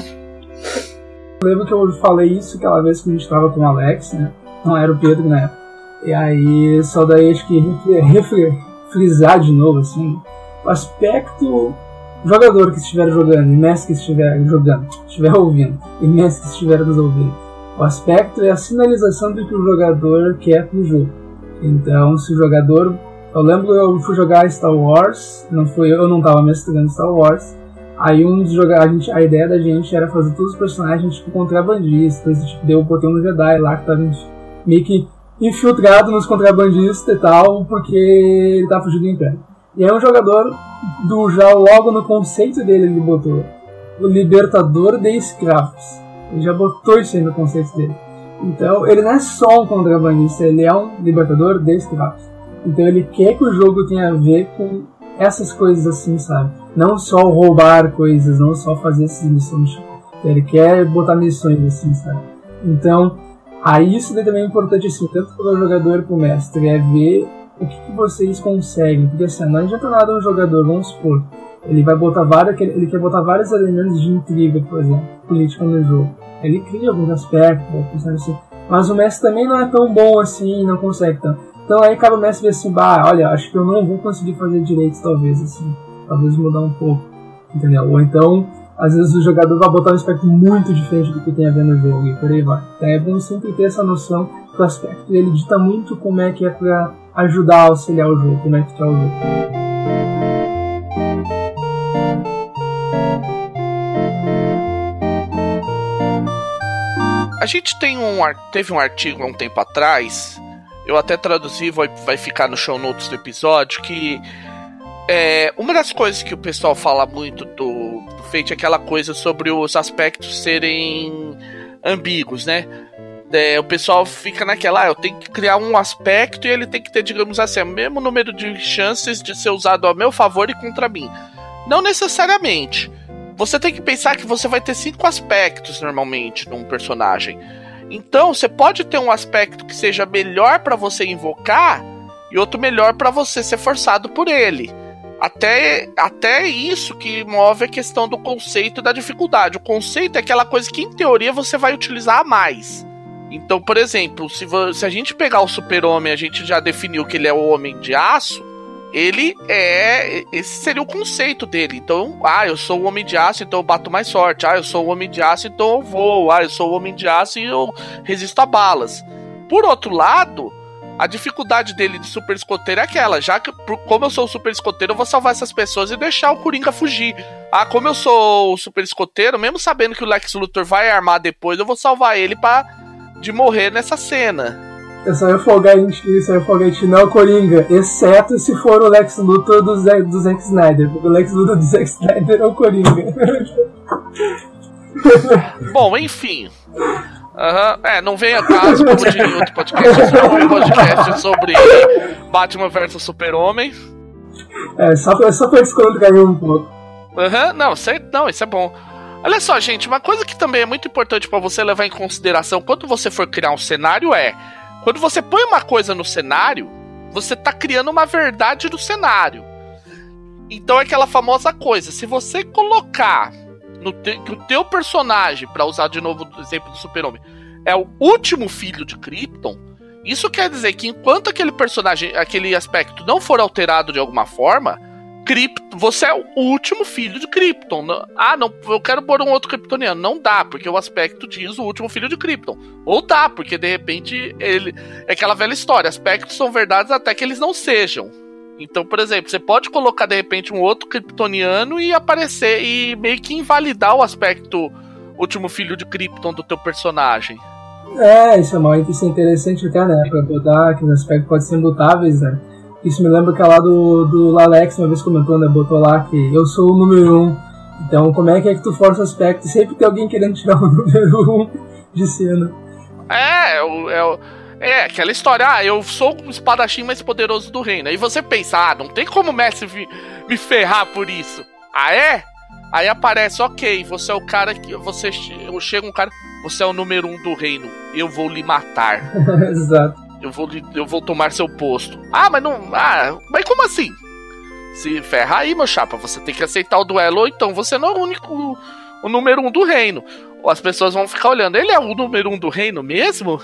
Eu lembro que eu falei isso aquela vez que a gente estava com o Alex, né? Não era o Pedro na época. E aí, só daí acho que frisar de novo, assim, o aspecto jogador que estiver jogando, e mestre que estiver jogando, estiver ouvindo, e mestre que estiver nos ouvindo. O aspecto é a sinalização do que o jogador quer pro jogo. Então, se o jogador... Eu lembro que eu fui jogar Star Wars, eu não estava mestrando Star Wars. Aí a ideia da gente era fazer todos os personagens tipo contrabandistas, tipo, eu botei um Jedi lá que tava meio que infiltrado nos contrabandistas e tal, porque ele tava fugindo do Império. E aí um jogador, já logo no conceito dele, ele botou o libertador de escravos. Ele já botou isso aí no conceito dele. Então ele não é só um contrabandista, ele é um libertador de escravos. Então ele quer que o jogo tenha a ver com essas coisas assim, sabe? Não só roubar coisas, não só fazer essas missões. Ele quer botar missões assim, sabe? Então, aí isso daí também é importante assim, tanto para o jogador como o mestre, é ver o que vocês conseguem. Porque assim, não adianta nada um jogador, vamos supor, ele quer botar vários elementos de intriga, por exemplo, política no jogo. Ele cria alguns aspectos, assim, mas o mestre também não é tão bom assim, não consegue tanto. Então aí acaba o mestre ver assim, olha, acho que eu não vou conseguir fazer direito, talvez, assim. Talvez mudar um pouco, entendeu? Ou então, às vezes o jogador vai botar um aspecto muito diferente do que tem a ver no jogo, e por aí vai. Então é bom sempre ter essa noção que o aspecto dele dita muito como é que é pra ajudar a auxiliar o jogo, como é que tá o jogo. A gente teve um artigo há um tempo atrás, eu até traduzi, vai ficar no show notes do episódio, que uma das coisas que o pessoal fala muito do Fate é aquela coisa sobre os aspectos serem ambíguos, né? o pessoal fica naquela, eu tenho que criar um aspecto e ele tem que ter, digamos assim, o mesmo número de chances de ser usado a meu favor e contra mim. Não necessariamente. Você tem que pensar que você vai ter 5 aspectos normalmente num personagem. Então, você pode ter um aspecto que seja melhor pra você invocar e outro melhor pra você ser forçado por ele. Até isso que move a questão do conceito e da dificuldade. O conceito é aquela coisa que, em teoria, você vai utilizar a mais. Então, por exemplo, se a gente pegar o Super-Homem, a gente já definiu que ele é o Homem de Aço, esse seria o conceito dele. Então, eu sou o Homem de Aço, então eu bato mais forte. Eu sou o Homem de Aço, então eu voo. Eu sou o Homem de Aço e eu resisto a balas. Por outro lado, a dificuldade dele de super escoteiro é aquela, já que, como eu sou o super escoteiro, eu vou salvar essas pessoas e deixar o Coringa fugir. Como eu sou o super escoteiro, mesmo sabendo que o Lex Luthor vai armar depois, eu vou salvar ele de morrer nessa cena. Eu só ia folgar em ti, não é o Coringa, exceto se for o Lex Luthor do Zack Snyder, porque o Lex Luthor do Zack Snyder é o Coringa. Bom, enfim... não vem a caso, como diria em outro podcast, um podcast sobre Batman vs Super-Homem. Só pra descontrair um pouco. Não, isso é bom. Olha só, gente, uma coisa que também é muito importante pra você levar em consideração quando você for criar um cenário quando você põe uma coisa no cenário, você tá criando uma verdade do cenário. Então é aquela famosa coisa, se você colocar que o teu personagem, pra usar de novo o exemplo do Super-Homem, é o último filho de Krypton, isso quer dizer que enquanto aquele personagem, aquele aspecto não for alterado de alguma forma, você é o último filho de Krypton. Não, eu quero pôr um outro kryptoniano. Não dá, porque o aspecto diz o último filho de Krypton. Ou dá, porque de repente é aquela velha história, aspectos são verdades até que eles não sejam. Então, por exemplo, você pode colocar de repente um outro kryptoniano e aparecer e meio que invalidar o aspecto último filho de Krypton do teu personagem. Isso é interessante até, né? Pra botar que os aspectos podem ser mutáveis, né? Isso me lembra que lá do Lalex uma vez comentou, né? Botou lá que eu sou o número 1. Então, como é que tu força o aspecto? Sempre tem alguém querendo tirar o número 1 de cena. Aquela história, eu sou o espadachim mais poderoso do reino. Aí você pensa, não tem como o mestre me ferrar por isso. Aí aparece, ok, você é o cara que... Chega um cara, você é o número 1 do reino, eu vou lhe matar. Exato. Eu vou tomar seu posto. Mas não... mas como assim? Se ferra aí, meu chapa, você tem que aceitar o duelo, ou então você não é o número 1 do reino. Ou as pessoas vão ficar olhando, ele é o número 1 do reino mesmo?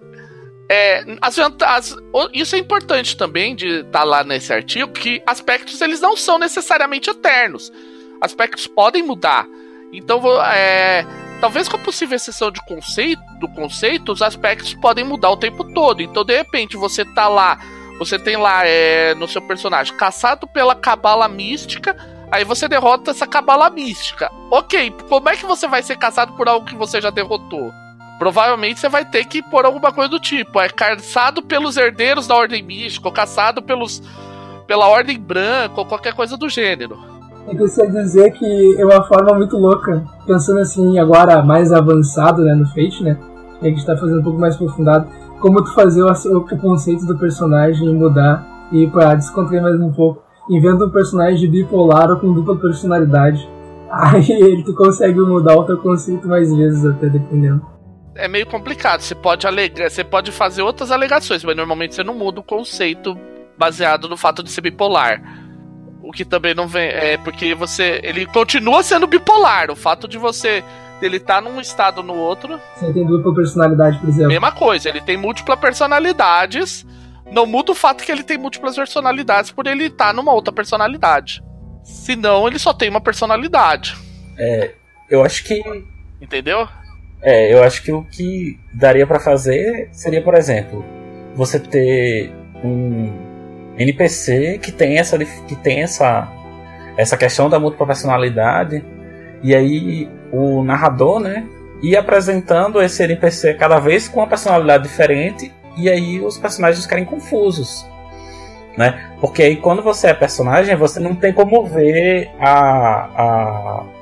Isso é importante também de estar lá nesse artigo, que aspectos eles não são necessariamente eternos. Aspectos podem mudar. Então, talvez com a possível exceção do conceito, os aspectos podem mudar o tempo todo. Então, de repente, você tem lá no seu personagem caçado pela cabala mística, aí você derrota essa cabala mística. Ok, como é que você vai ser caçado por algo que você já derrotou? Provavelmente você vai ter que pôr alguma coisa do tipo, caçado pelos herdeiros da Ordem Mística, ou caçado pela Ordem Branca, ou qualquer coisa do gênero. Eu preciso dizer que é uma forma muito louca, pensando assim, agora mais avançado, né, no Fate, né, a gente tá fazendo um pouco mais aprofundado, como tu fazer o conceito do personagem mudar, e pra descontrair mais um pouco, inventa um personagem bipolar ou com dupla personalidade, aí tu consegue mudar o teu conceito mais vezes até, dependendo. É meio complicado, você pode fazer outras alegações, mas normalmente você não muda o conceito baseado no fato de ser bipolar. O que também não vem, porque ele continua sendo bipolar, o fato de ele tá num estado ou no outro. Você tem dupla personalidade, por exemplo. Mesma coisa, ele tem múltiplas personalidades, não muda o fato que ele tem múltiplas personalidades por ele estar numa outra personalidade. Senão ele só tem uma personalidade. Eu acho que... Entendeu? Eu acho que o que daria pra fazer seria, por exemplo, você ter um NPC que tem essa questão da múltipla personalidade, e aí o narrador, né, ir apresentando esse NPC cada vez com uma personalidade diferente, e aí os personagens ficarem confusos, né? Porque aí quando você é personagem, você não tem como ver a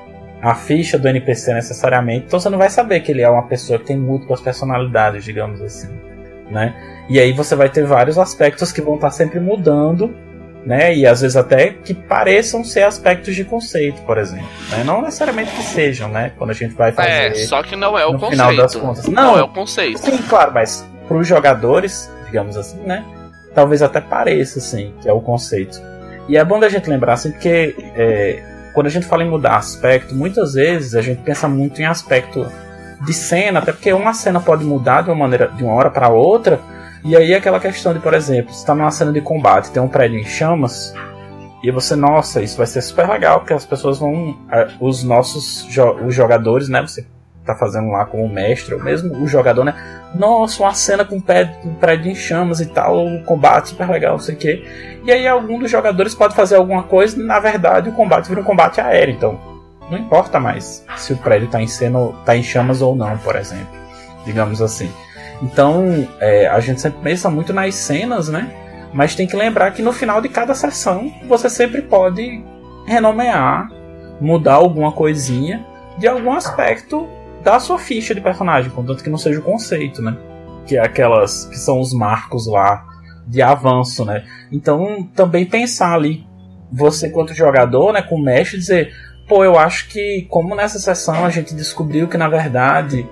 a ficha do NPC necessariamente, então você não vai saber que ele é uma pessoa que tem múltiplas personalidades, digamos assim, né? E aí você vai ter vários aspectos que vão estar sempre mudando, né? E às vezes até que pareçam ser aspectos de conceito, por exemplo, né? Não necessariamente que sejam, né? Quando a gente vai fazer... só que não é o no conceito. Final das contas. Não é o conceito. Sim, claro, mas para os jogadores, digamos assim, né? Talvez até pareça, assim, que é o conceito. E é bom da gente lembrar, assim, porque quando a gente fala em mudar aspecto, muitas vezes a gente pensa muito em aspecto de cena, até porque uma cena pode mudar de uma maneira, de uma hora para outra, e aí aquela questão de, por exemplo, você está numa cena de combate, tem um prédio em chamas, e você, nossa, isso vai ser super legal, porque as pessoas vão, os jogadores, né, você tá fazendo lá com o mestre, ou mesmo o jogador, né, nossa, uma cena com um prédio em chamas e tal, um combate super legal, não sei o que. E aí algum dos jogadores pode fazer alguma coisa e na verdade o combate vira um combate aéreo, então não importa mais se o prédio tá em chamas ou não, por exemplo, digamos assim. Então a gente sempre pensa muito nas cenas, né, mas tem que lembrar que no final de cada sessão você sempre pode renomear, mudar alguma coisinha de algum aspecto da sua ficha de personagem, contanto que não seja o conceito, né? Que é aquelas que são os marcos lá de avanço, né? Então, também pensar ali, você quanto jogador, né, com o mestre, dizer, pô, eu acho que, como nessa sessão a gente descobriu que, na verdade,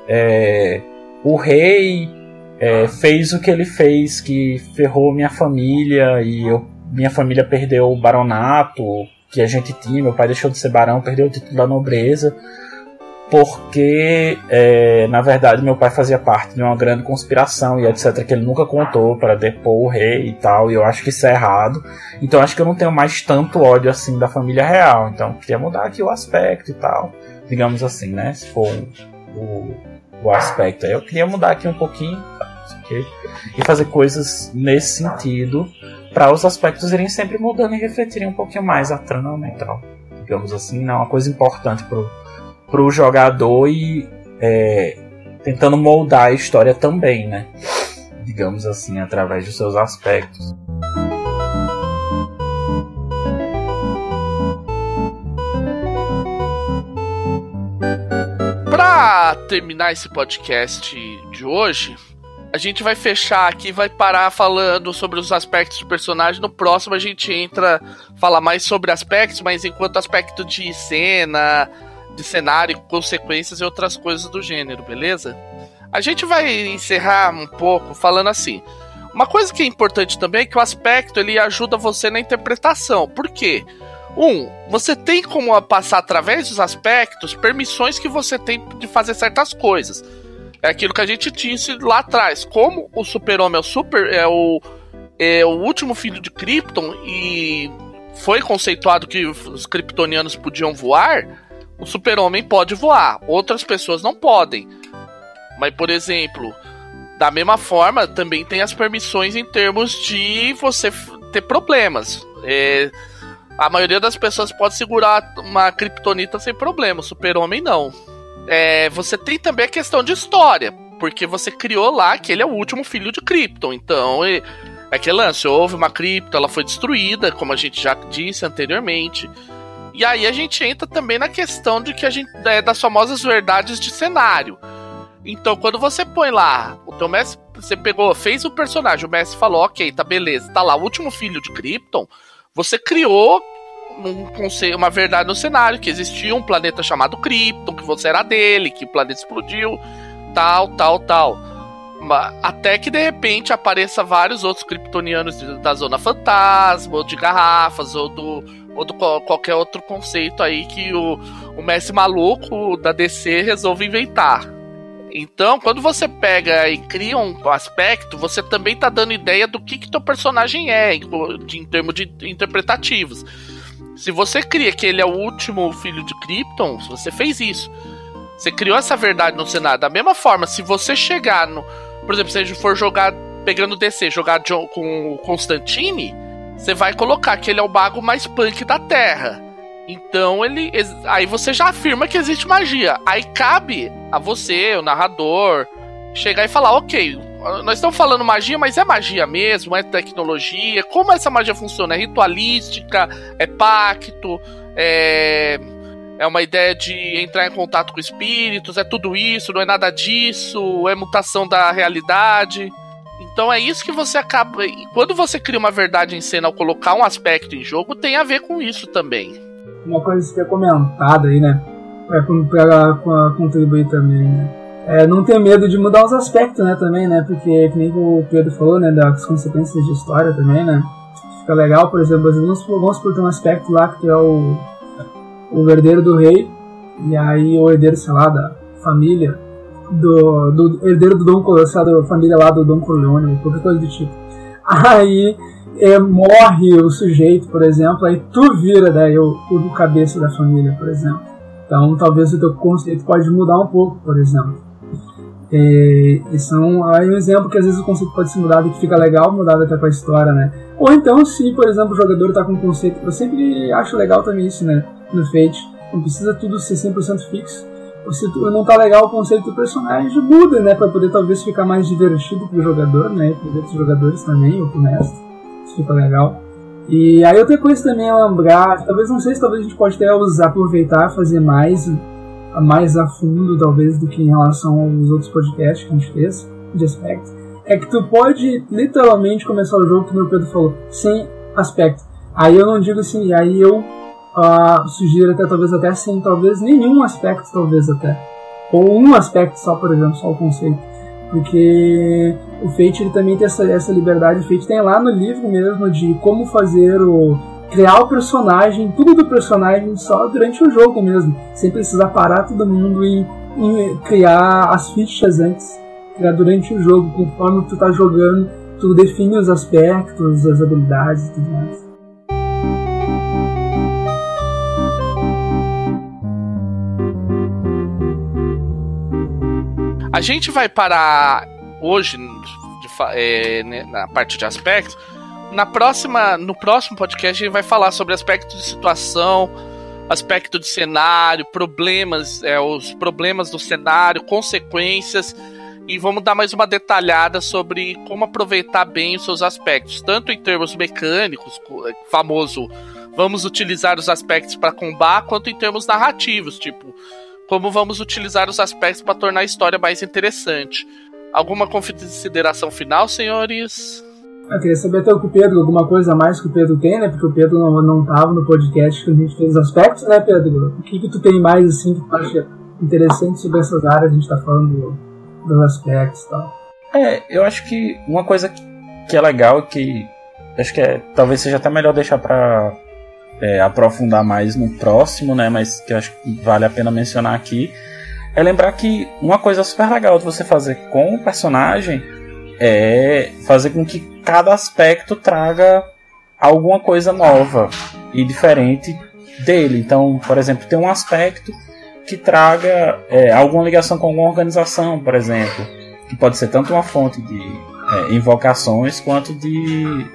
o rei fez o que ele fez, que ferrou minha família, e minha família perdeu o baronato que a gente tinha, meu pai deixou de ser barão, perdeu o título da nobreza, porque, na verdade, meu pai fazia parte de uma grande conspiração e etc, que ele nunca contou para depor o rei e tal, e eu acho que isso é errado. Então acho que eu não tenho mais tanto ódio assim da família real, então queria mudar aqui o aspecto e tal, digamos assim, né, se for o aspecto aí, eu queria mudar aqui um pouquinho, e fazer coisas nesse sentido, para os aspectos irem sempre mudando e refletirem um pouquinho mais a trama e tal, digamos assim, né, uma coisa importante pro jogador e tentando moldar a história também, né? Digamos assim, através dos seus aspectos. Pra terminar esse podcast de hoje, a gente vai fechar aqui, vai parar falando sobre os aspectos do personagem. No próximo a gente fala mais sobre aspectos, mas enquanto aspecto de cena, de cenário, consequências e outras coisas do gênero, beleza? A gente vai encerrar um pouco falando assim. Uma coisa que é importante também é que o aspecto ele ajuda você na interpretação. Por quê? Você tem como passar através dos aspectos permissões que você tem de fazer certas coisas. É aquilo que a gente disse lá atrás. Como o Super-Homem é o último filho de Krypton e foi conceituado que os kryptonianos podiam voar, o Super-Homem pode voar, outras pessoas não podem. Mas, por exemplo, da mesma forma, também tem as permissões em termos de você ter problemas. A maioria das pessoas pode segurar uma kryptonita sem problema, o Super-Homem não. Você tem também a questão de história, porque você criou lá que ele é o último filho de Krypton, então é aquele lance, houve uma Krypton, ela foi destruída, como a gente já disse anteriormente. E aí a gente entra também na questão de que das famosas verdades de cenário. Então, quando você põe lá, o teu mestre, você fez o personagem, o mestre falou, ok, tá beleza, tá lá, o último filho de Krypton, você criou uma verdade no cenário, que existia um planeta chamado Krypton, que você era dele, que o planeta explodiu, tal. Até que de repente apareça vários outros kryptonianos da Zona Fantasma, ou de Garrafas, ou do qualquer outro conceito aí que o mestre maluco da DC resolve inventar. Então, quando você pega e cria um aspecto, você também tá dando ideia do que teu personagem é, em termos de interpretativos. Se você cria que ele é o último filho de Krypton, você fez isso. Você criou essa verdade no cenário. Da mesma forma, se você chegar por exemplo, se a gente for jogar, pegando DC, jogar com o Constantine, você vai colocar que ele é o mago mais punk da Terra. Então aí você já afirma que existe magia. Aí cabe a você, o narrador, chegar e falar, ok, nós estamos falando magia, mas é magia mesmo? É tecnologia? Como essa magia funciona? É ritualística? É pacto? É uma ideia de entrar em contato com espíritos, é tudo isso, não é nada disso, é mutação da realidade. Então é isso que você acaba... E quando você cria uma verdade em cena ao colocar um aspecto em jogo, tem a ver com isso também. Uma coisa que é comentada aí, né? Pra contribuir também, né? Não ter medo de mudar os aspectos, né, também, né? Porque, que nem o Pedro falou, né, das consequências de história também, né? Fica legal, por exemplo, vamos por ter um aspecto lá que é o herdeiro do rei, e aí o herdeiro, sei lá, da família, do herdeiro do Dom Corleone, sei lá, da família lá do Dom Corleone, qualquer coisa do tipo. Aí morre o sujeito, por exemplo, aí tu vira daí o cabeça da família, por exemplo. Então talvez o teu conceito pode mudar um pouco, por exemplo. Aí um exemplo que às vezes o conceito pode ser mudado e que fica legal, mudado até com a história, né? Ou então, se, por exemplo, o jogador tá com um conceito, eu sempre acho legal também isso, né? No Fate, não precisa tudo ser 100% fixo. Ou se não tá legal o conceito do personagem, muda, né? Pra poder talvez ficar mais divertido pro jogador, né? Para os outros jogadores também, ou pro mestre. Isso fica legal. E aí outra coisa também é lembrar, talvez a gente pode até aproveitar, fazer mais a fundo, talvez, do que em relação aos outros podcasts que a gente fez, de aspectos, é que tu pode literalmente começar o jogo, que o Pedro falou, sem aspecto. Aí eu não digo assim, aí eu sugiro até sem, talvez, nenhum aspecto, talvez até. Ou um aspecto só, por exemplo, só o conceito. Porque o Fate ele também tem essa liberdade, o Fate tem lá no livro mesmo de como criar o personagem, tudo do personagem só durante o jogo mesmo, sem precisar parar todo mundo e criar as fichas antes, criar durante o jogo, conforme tu tá jogando, tu define os aspectos, as habilidades e tudo mais. A gente vai parar hoje na parte de aspectos. No próximo podcast a gente vai falar sobre aspecto de situação, aspecto de cenário, os problemas do cenário, consequências, e vamos dar mais uma detalhada sobre como aproveitar bem os seus aspectos, tanto em termos mecânicos, famoso vamos utilizar os aspectos para combate, quanto em termos narrativos, tipo como vamos utilizar os aspectos para tornar a história mais interessante. Alguma consideração final, senhores? Eu queria saber até com o Pedro, alguma coisa a mais que o Pedro tem, né? Porque o Pedro não estava no podcast que a gente fez os aspectos, né, Pedro? O que tu tem mais, assim, que tu acha interessante sobre essas áreas? A gente tá falando dos aspectos e tal. Eu acho que uma coisa que é legal, que acho que talvez seja até melhor deixar pra aprofundar mais no próximo, né? Mas que eu acho que vale a pena mencionar aqui, é lembrar que uma coisa super legal de você fazer com o personagem é fazer com que cada aspecto traga alguma coisa nova e diferente dele. Então, por exemplo, tem um aspecto que traga alguma ligação com alguma organização, por exemplo, que pode ser tanto uma fonte de invocações quanto de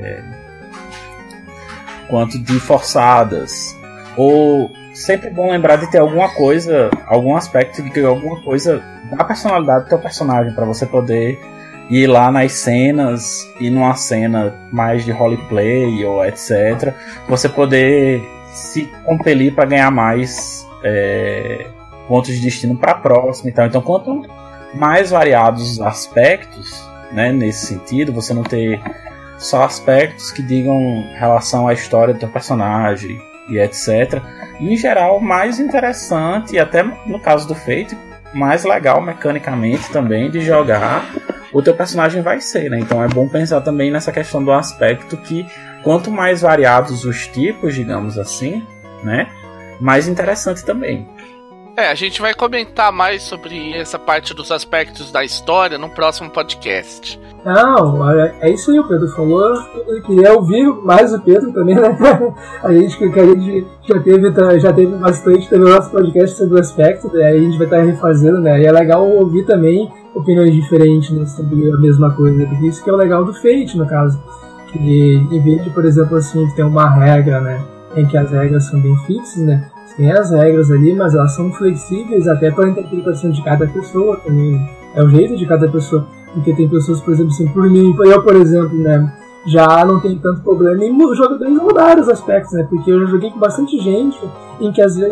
forçadas. Ou sempre bom lembrar de ter alguma coisa, algum aspecto de alguma coisa da personalidade do teu personagem, para você poder ir lá nas cenas, e numa cena mais de roleplay ou etc, você poder se compelir para ganhar mais pontos de destino para a próxima e tal. Então, quanto mais variados os aspectos, né, nesse sentido, você não ter só aspectos que digam relação à história do teu personagem e etc. E, em geral, mais interessante, e até no caso do Fate, mais legal mecanicamente também de jogar o teu personagem vai ser, né? Então é bom pensar também nessa questão do aspecto que quanto mais variados os tipos, digamos assim, né, mais interessante também. A gente vai comentar mais sobre essa parte dos aspectos da história no próximo podcast. Não, é isso aí, o Pedro falou. Eu queria ouvir mais o Pedro também, né? A gente já teve bastante também o nosso podcast sobre o aspecto, né? Aí a gente vai estar refazendo, né? E é legal ouvir também opiniões diferentes, né, sobre a mesma coisa. Porque isso que é o legal do Fate, no caso. Que em vez de, por exemplo, assim, que tem uma regra, né, em que as regras são bem fixas, né? Tem as regras ali, mas elas são flexíveis até para a interpretação de cada pessoa também. É o jeito de cada pessoa. Porque tem pessoas, por exemplo, assim, por mim, eu, por exemplo, né, já não tenho tanto problema em os jogadores mudarem os aspectos, né? Porque eu já joguei com bastante gente em que às vezes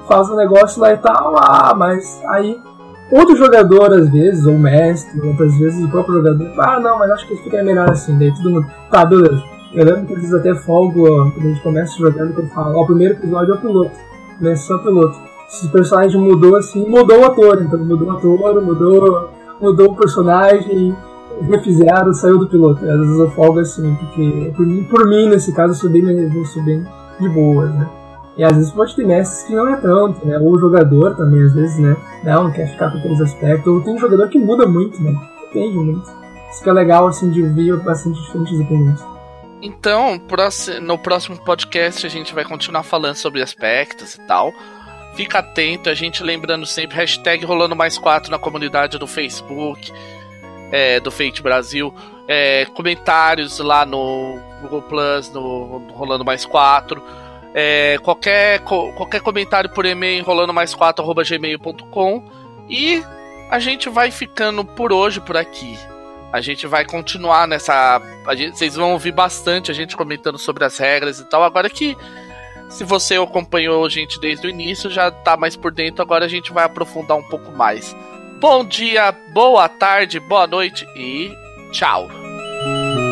faz um negócio lá e tal, mas aí outro jogador às vezes, ou mestre, outras vezes o próprio jogador, não, mas acho que fica melhor assim, daí todo mundo, tá, beleza. Eu lembro que às vezes até folgo, quando a gente começa jogando, que eu falo, o primeiro episódio é o piloto, começa só o piloto. Se o personagem mudou assim, mudou o ator, então mudou o ator, mudou o personagem, refizeram, saiu do piloto. Às vezes eu folgo assim, porque por mim nesse caso eu sou bem de boas, né? E às vezes pode ter mestres que não é tanto, né? Ou o jogador também, às vezes, né? Não quer ficar com aqueles aspectos. Ou tem um jogador que muda muito, né? Depende muito. Isso que é legal, assim, de ouvir bastante diferentes opiniões. Então, no próximo podcast a gente vai continuar falando sobre aspectos e tal. Fica atento, a gente lembrando sempre, hashtag Rolando Mais 4 na comunidade do Facebook, do Fate Brasil. Comentários lá no Google Plus, no Rolando Mais 4. Qualquer comentário por e-mail, rolandomais4@gmail.com. E a gente vai ficando por hoje por aqui. A gente vai continuar vocês vão ouvir bastante a gente comentando sobre as regras e tal. Agora que, se você acompanhou a gente desde o início, já tá mais por dentro. Agora a gente vai aprofundar um pouco mais. Bom dia, boa tarde, boa noite e tchau!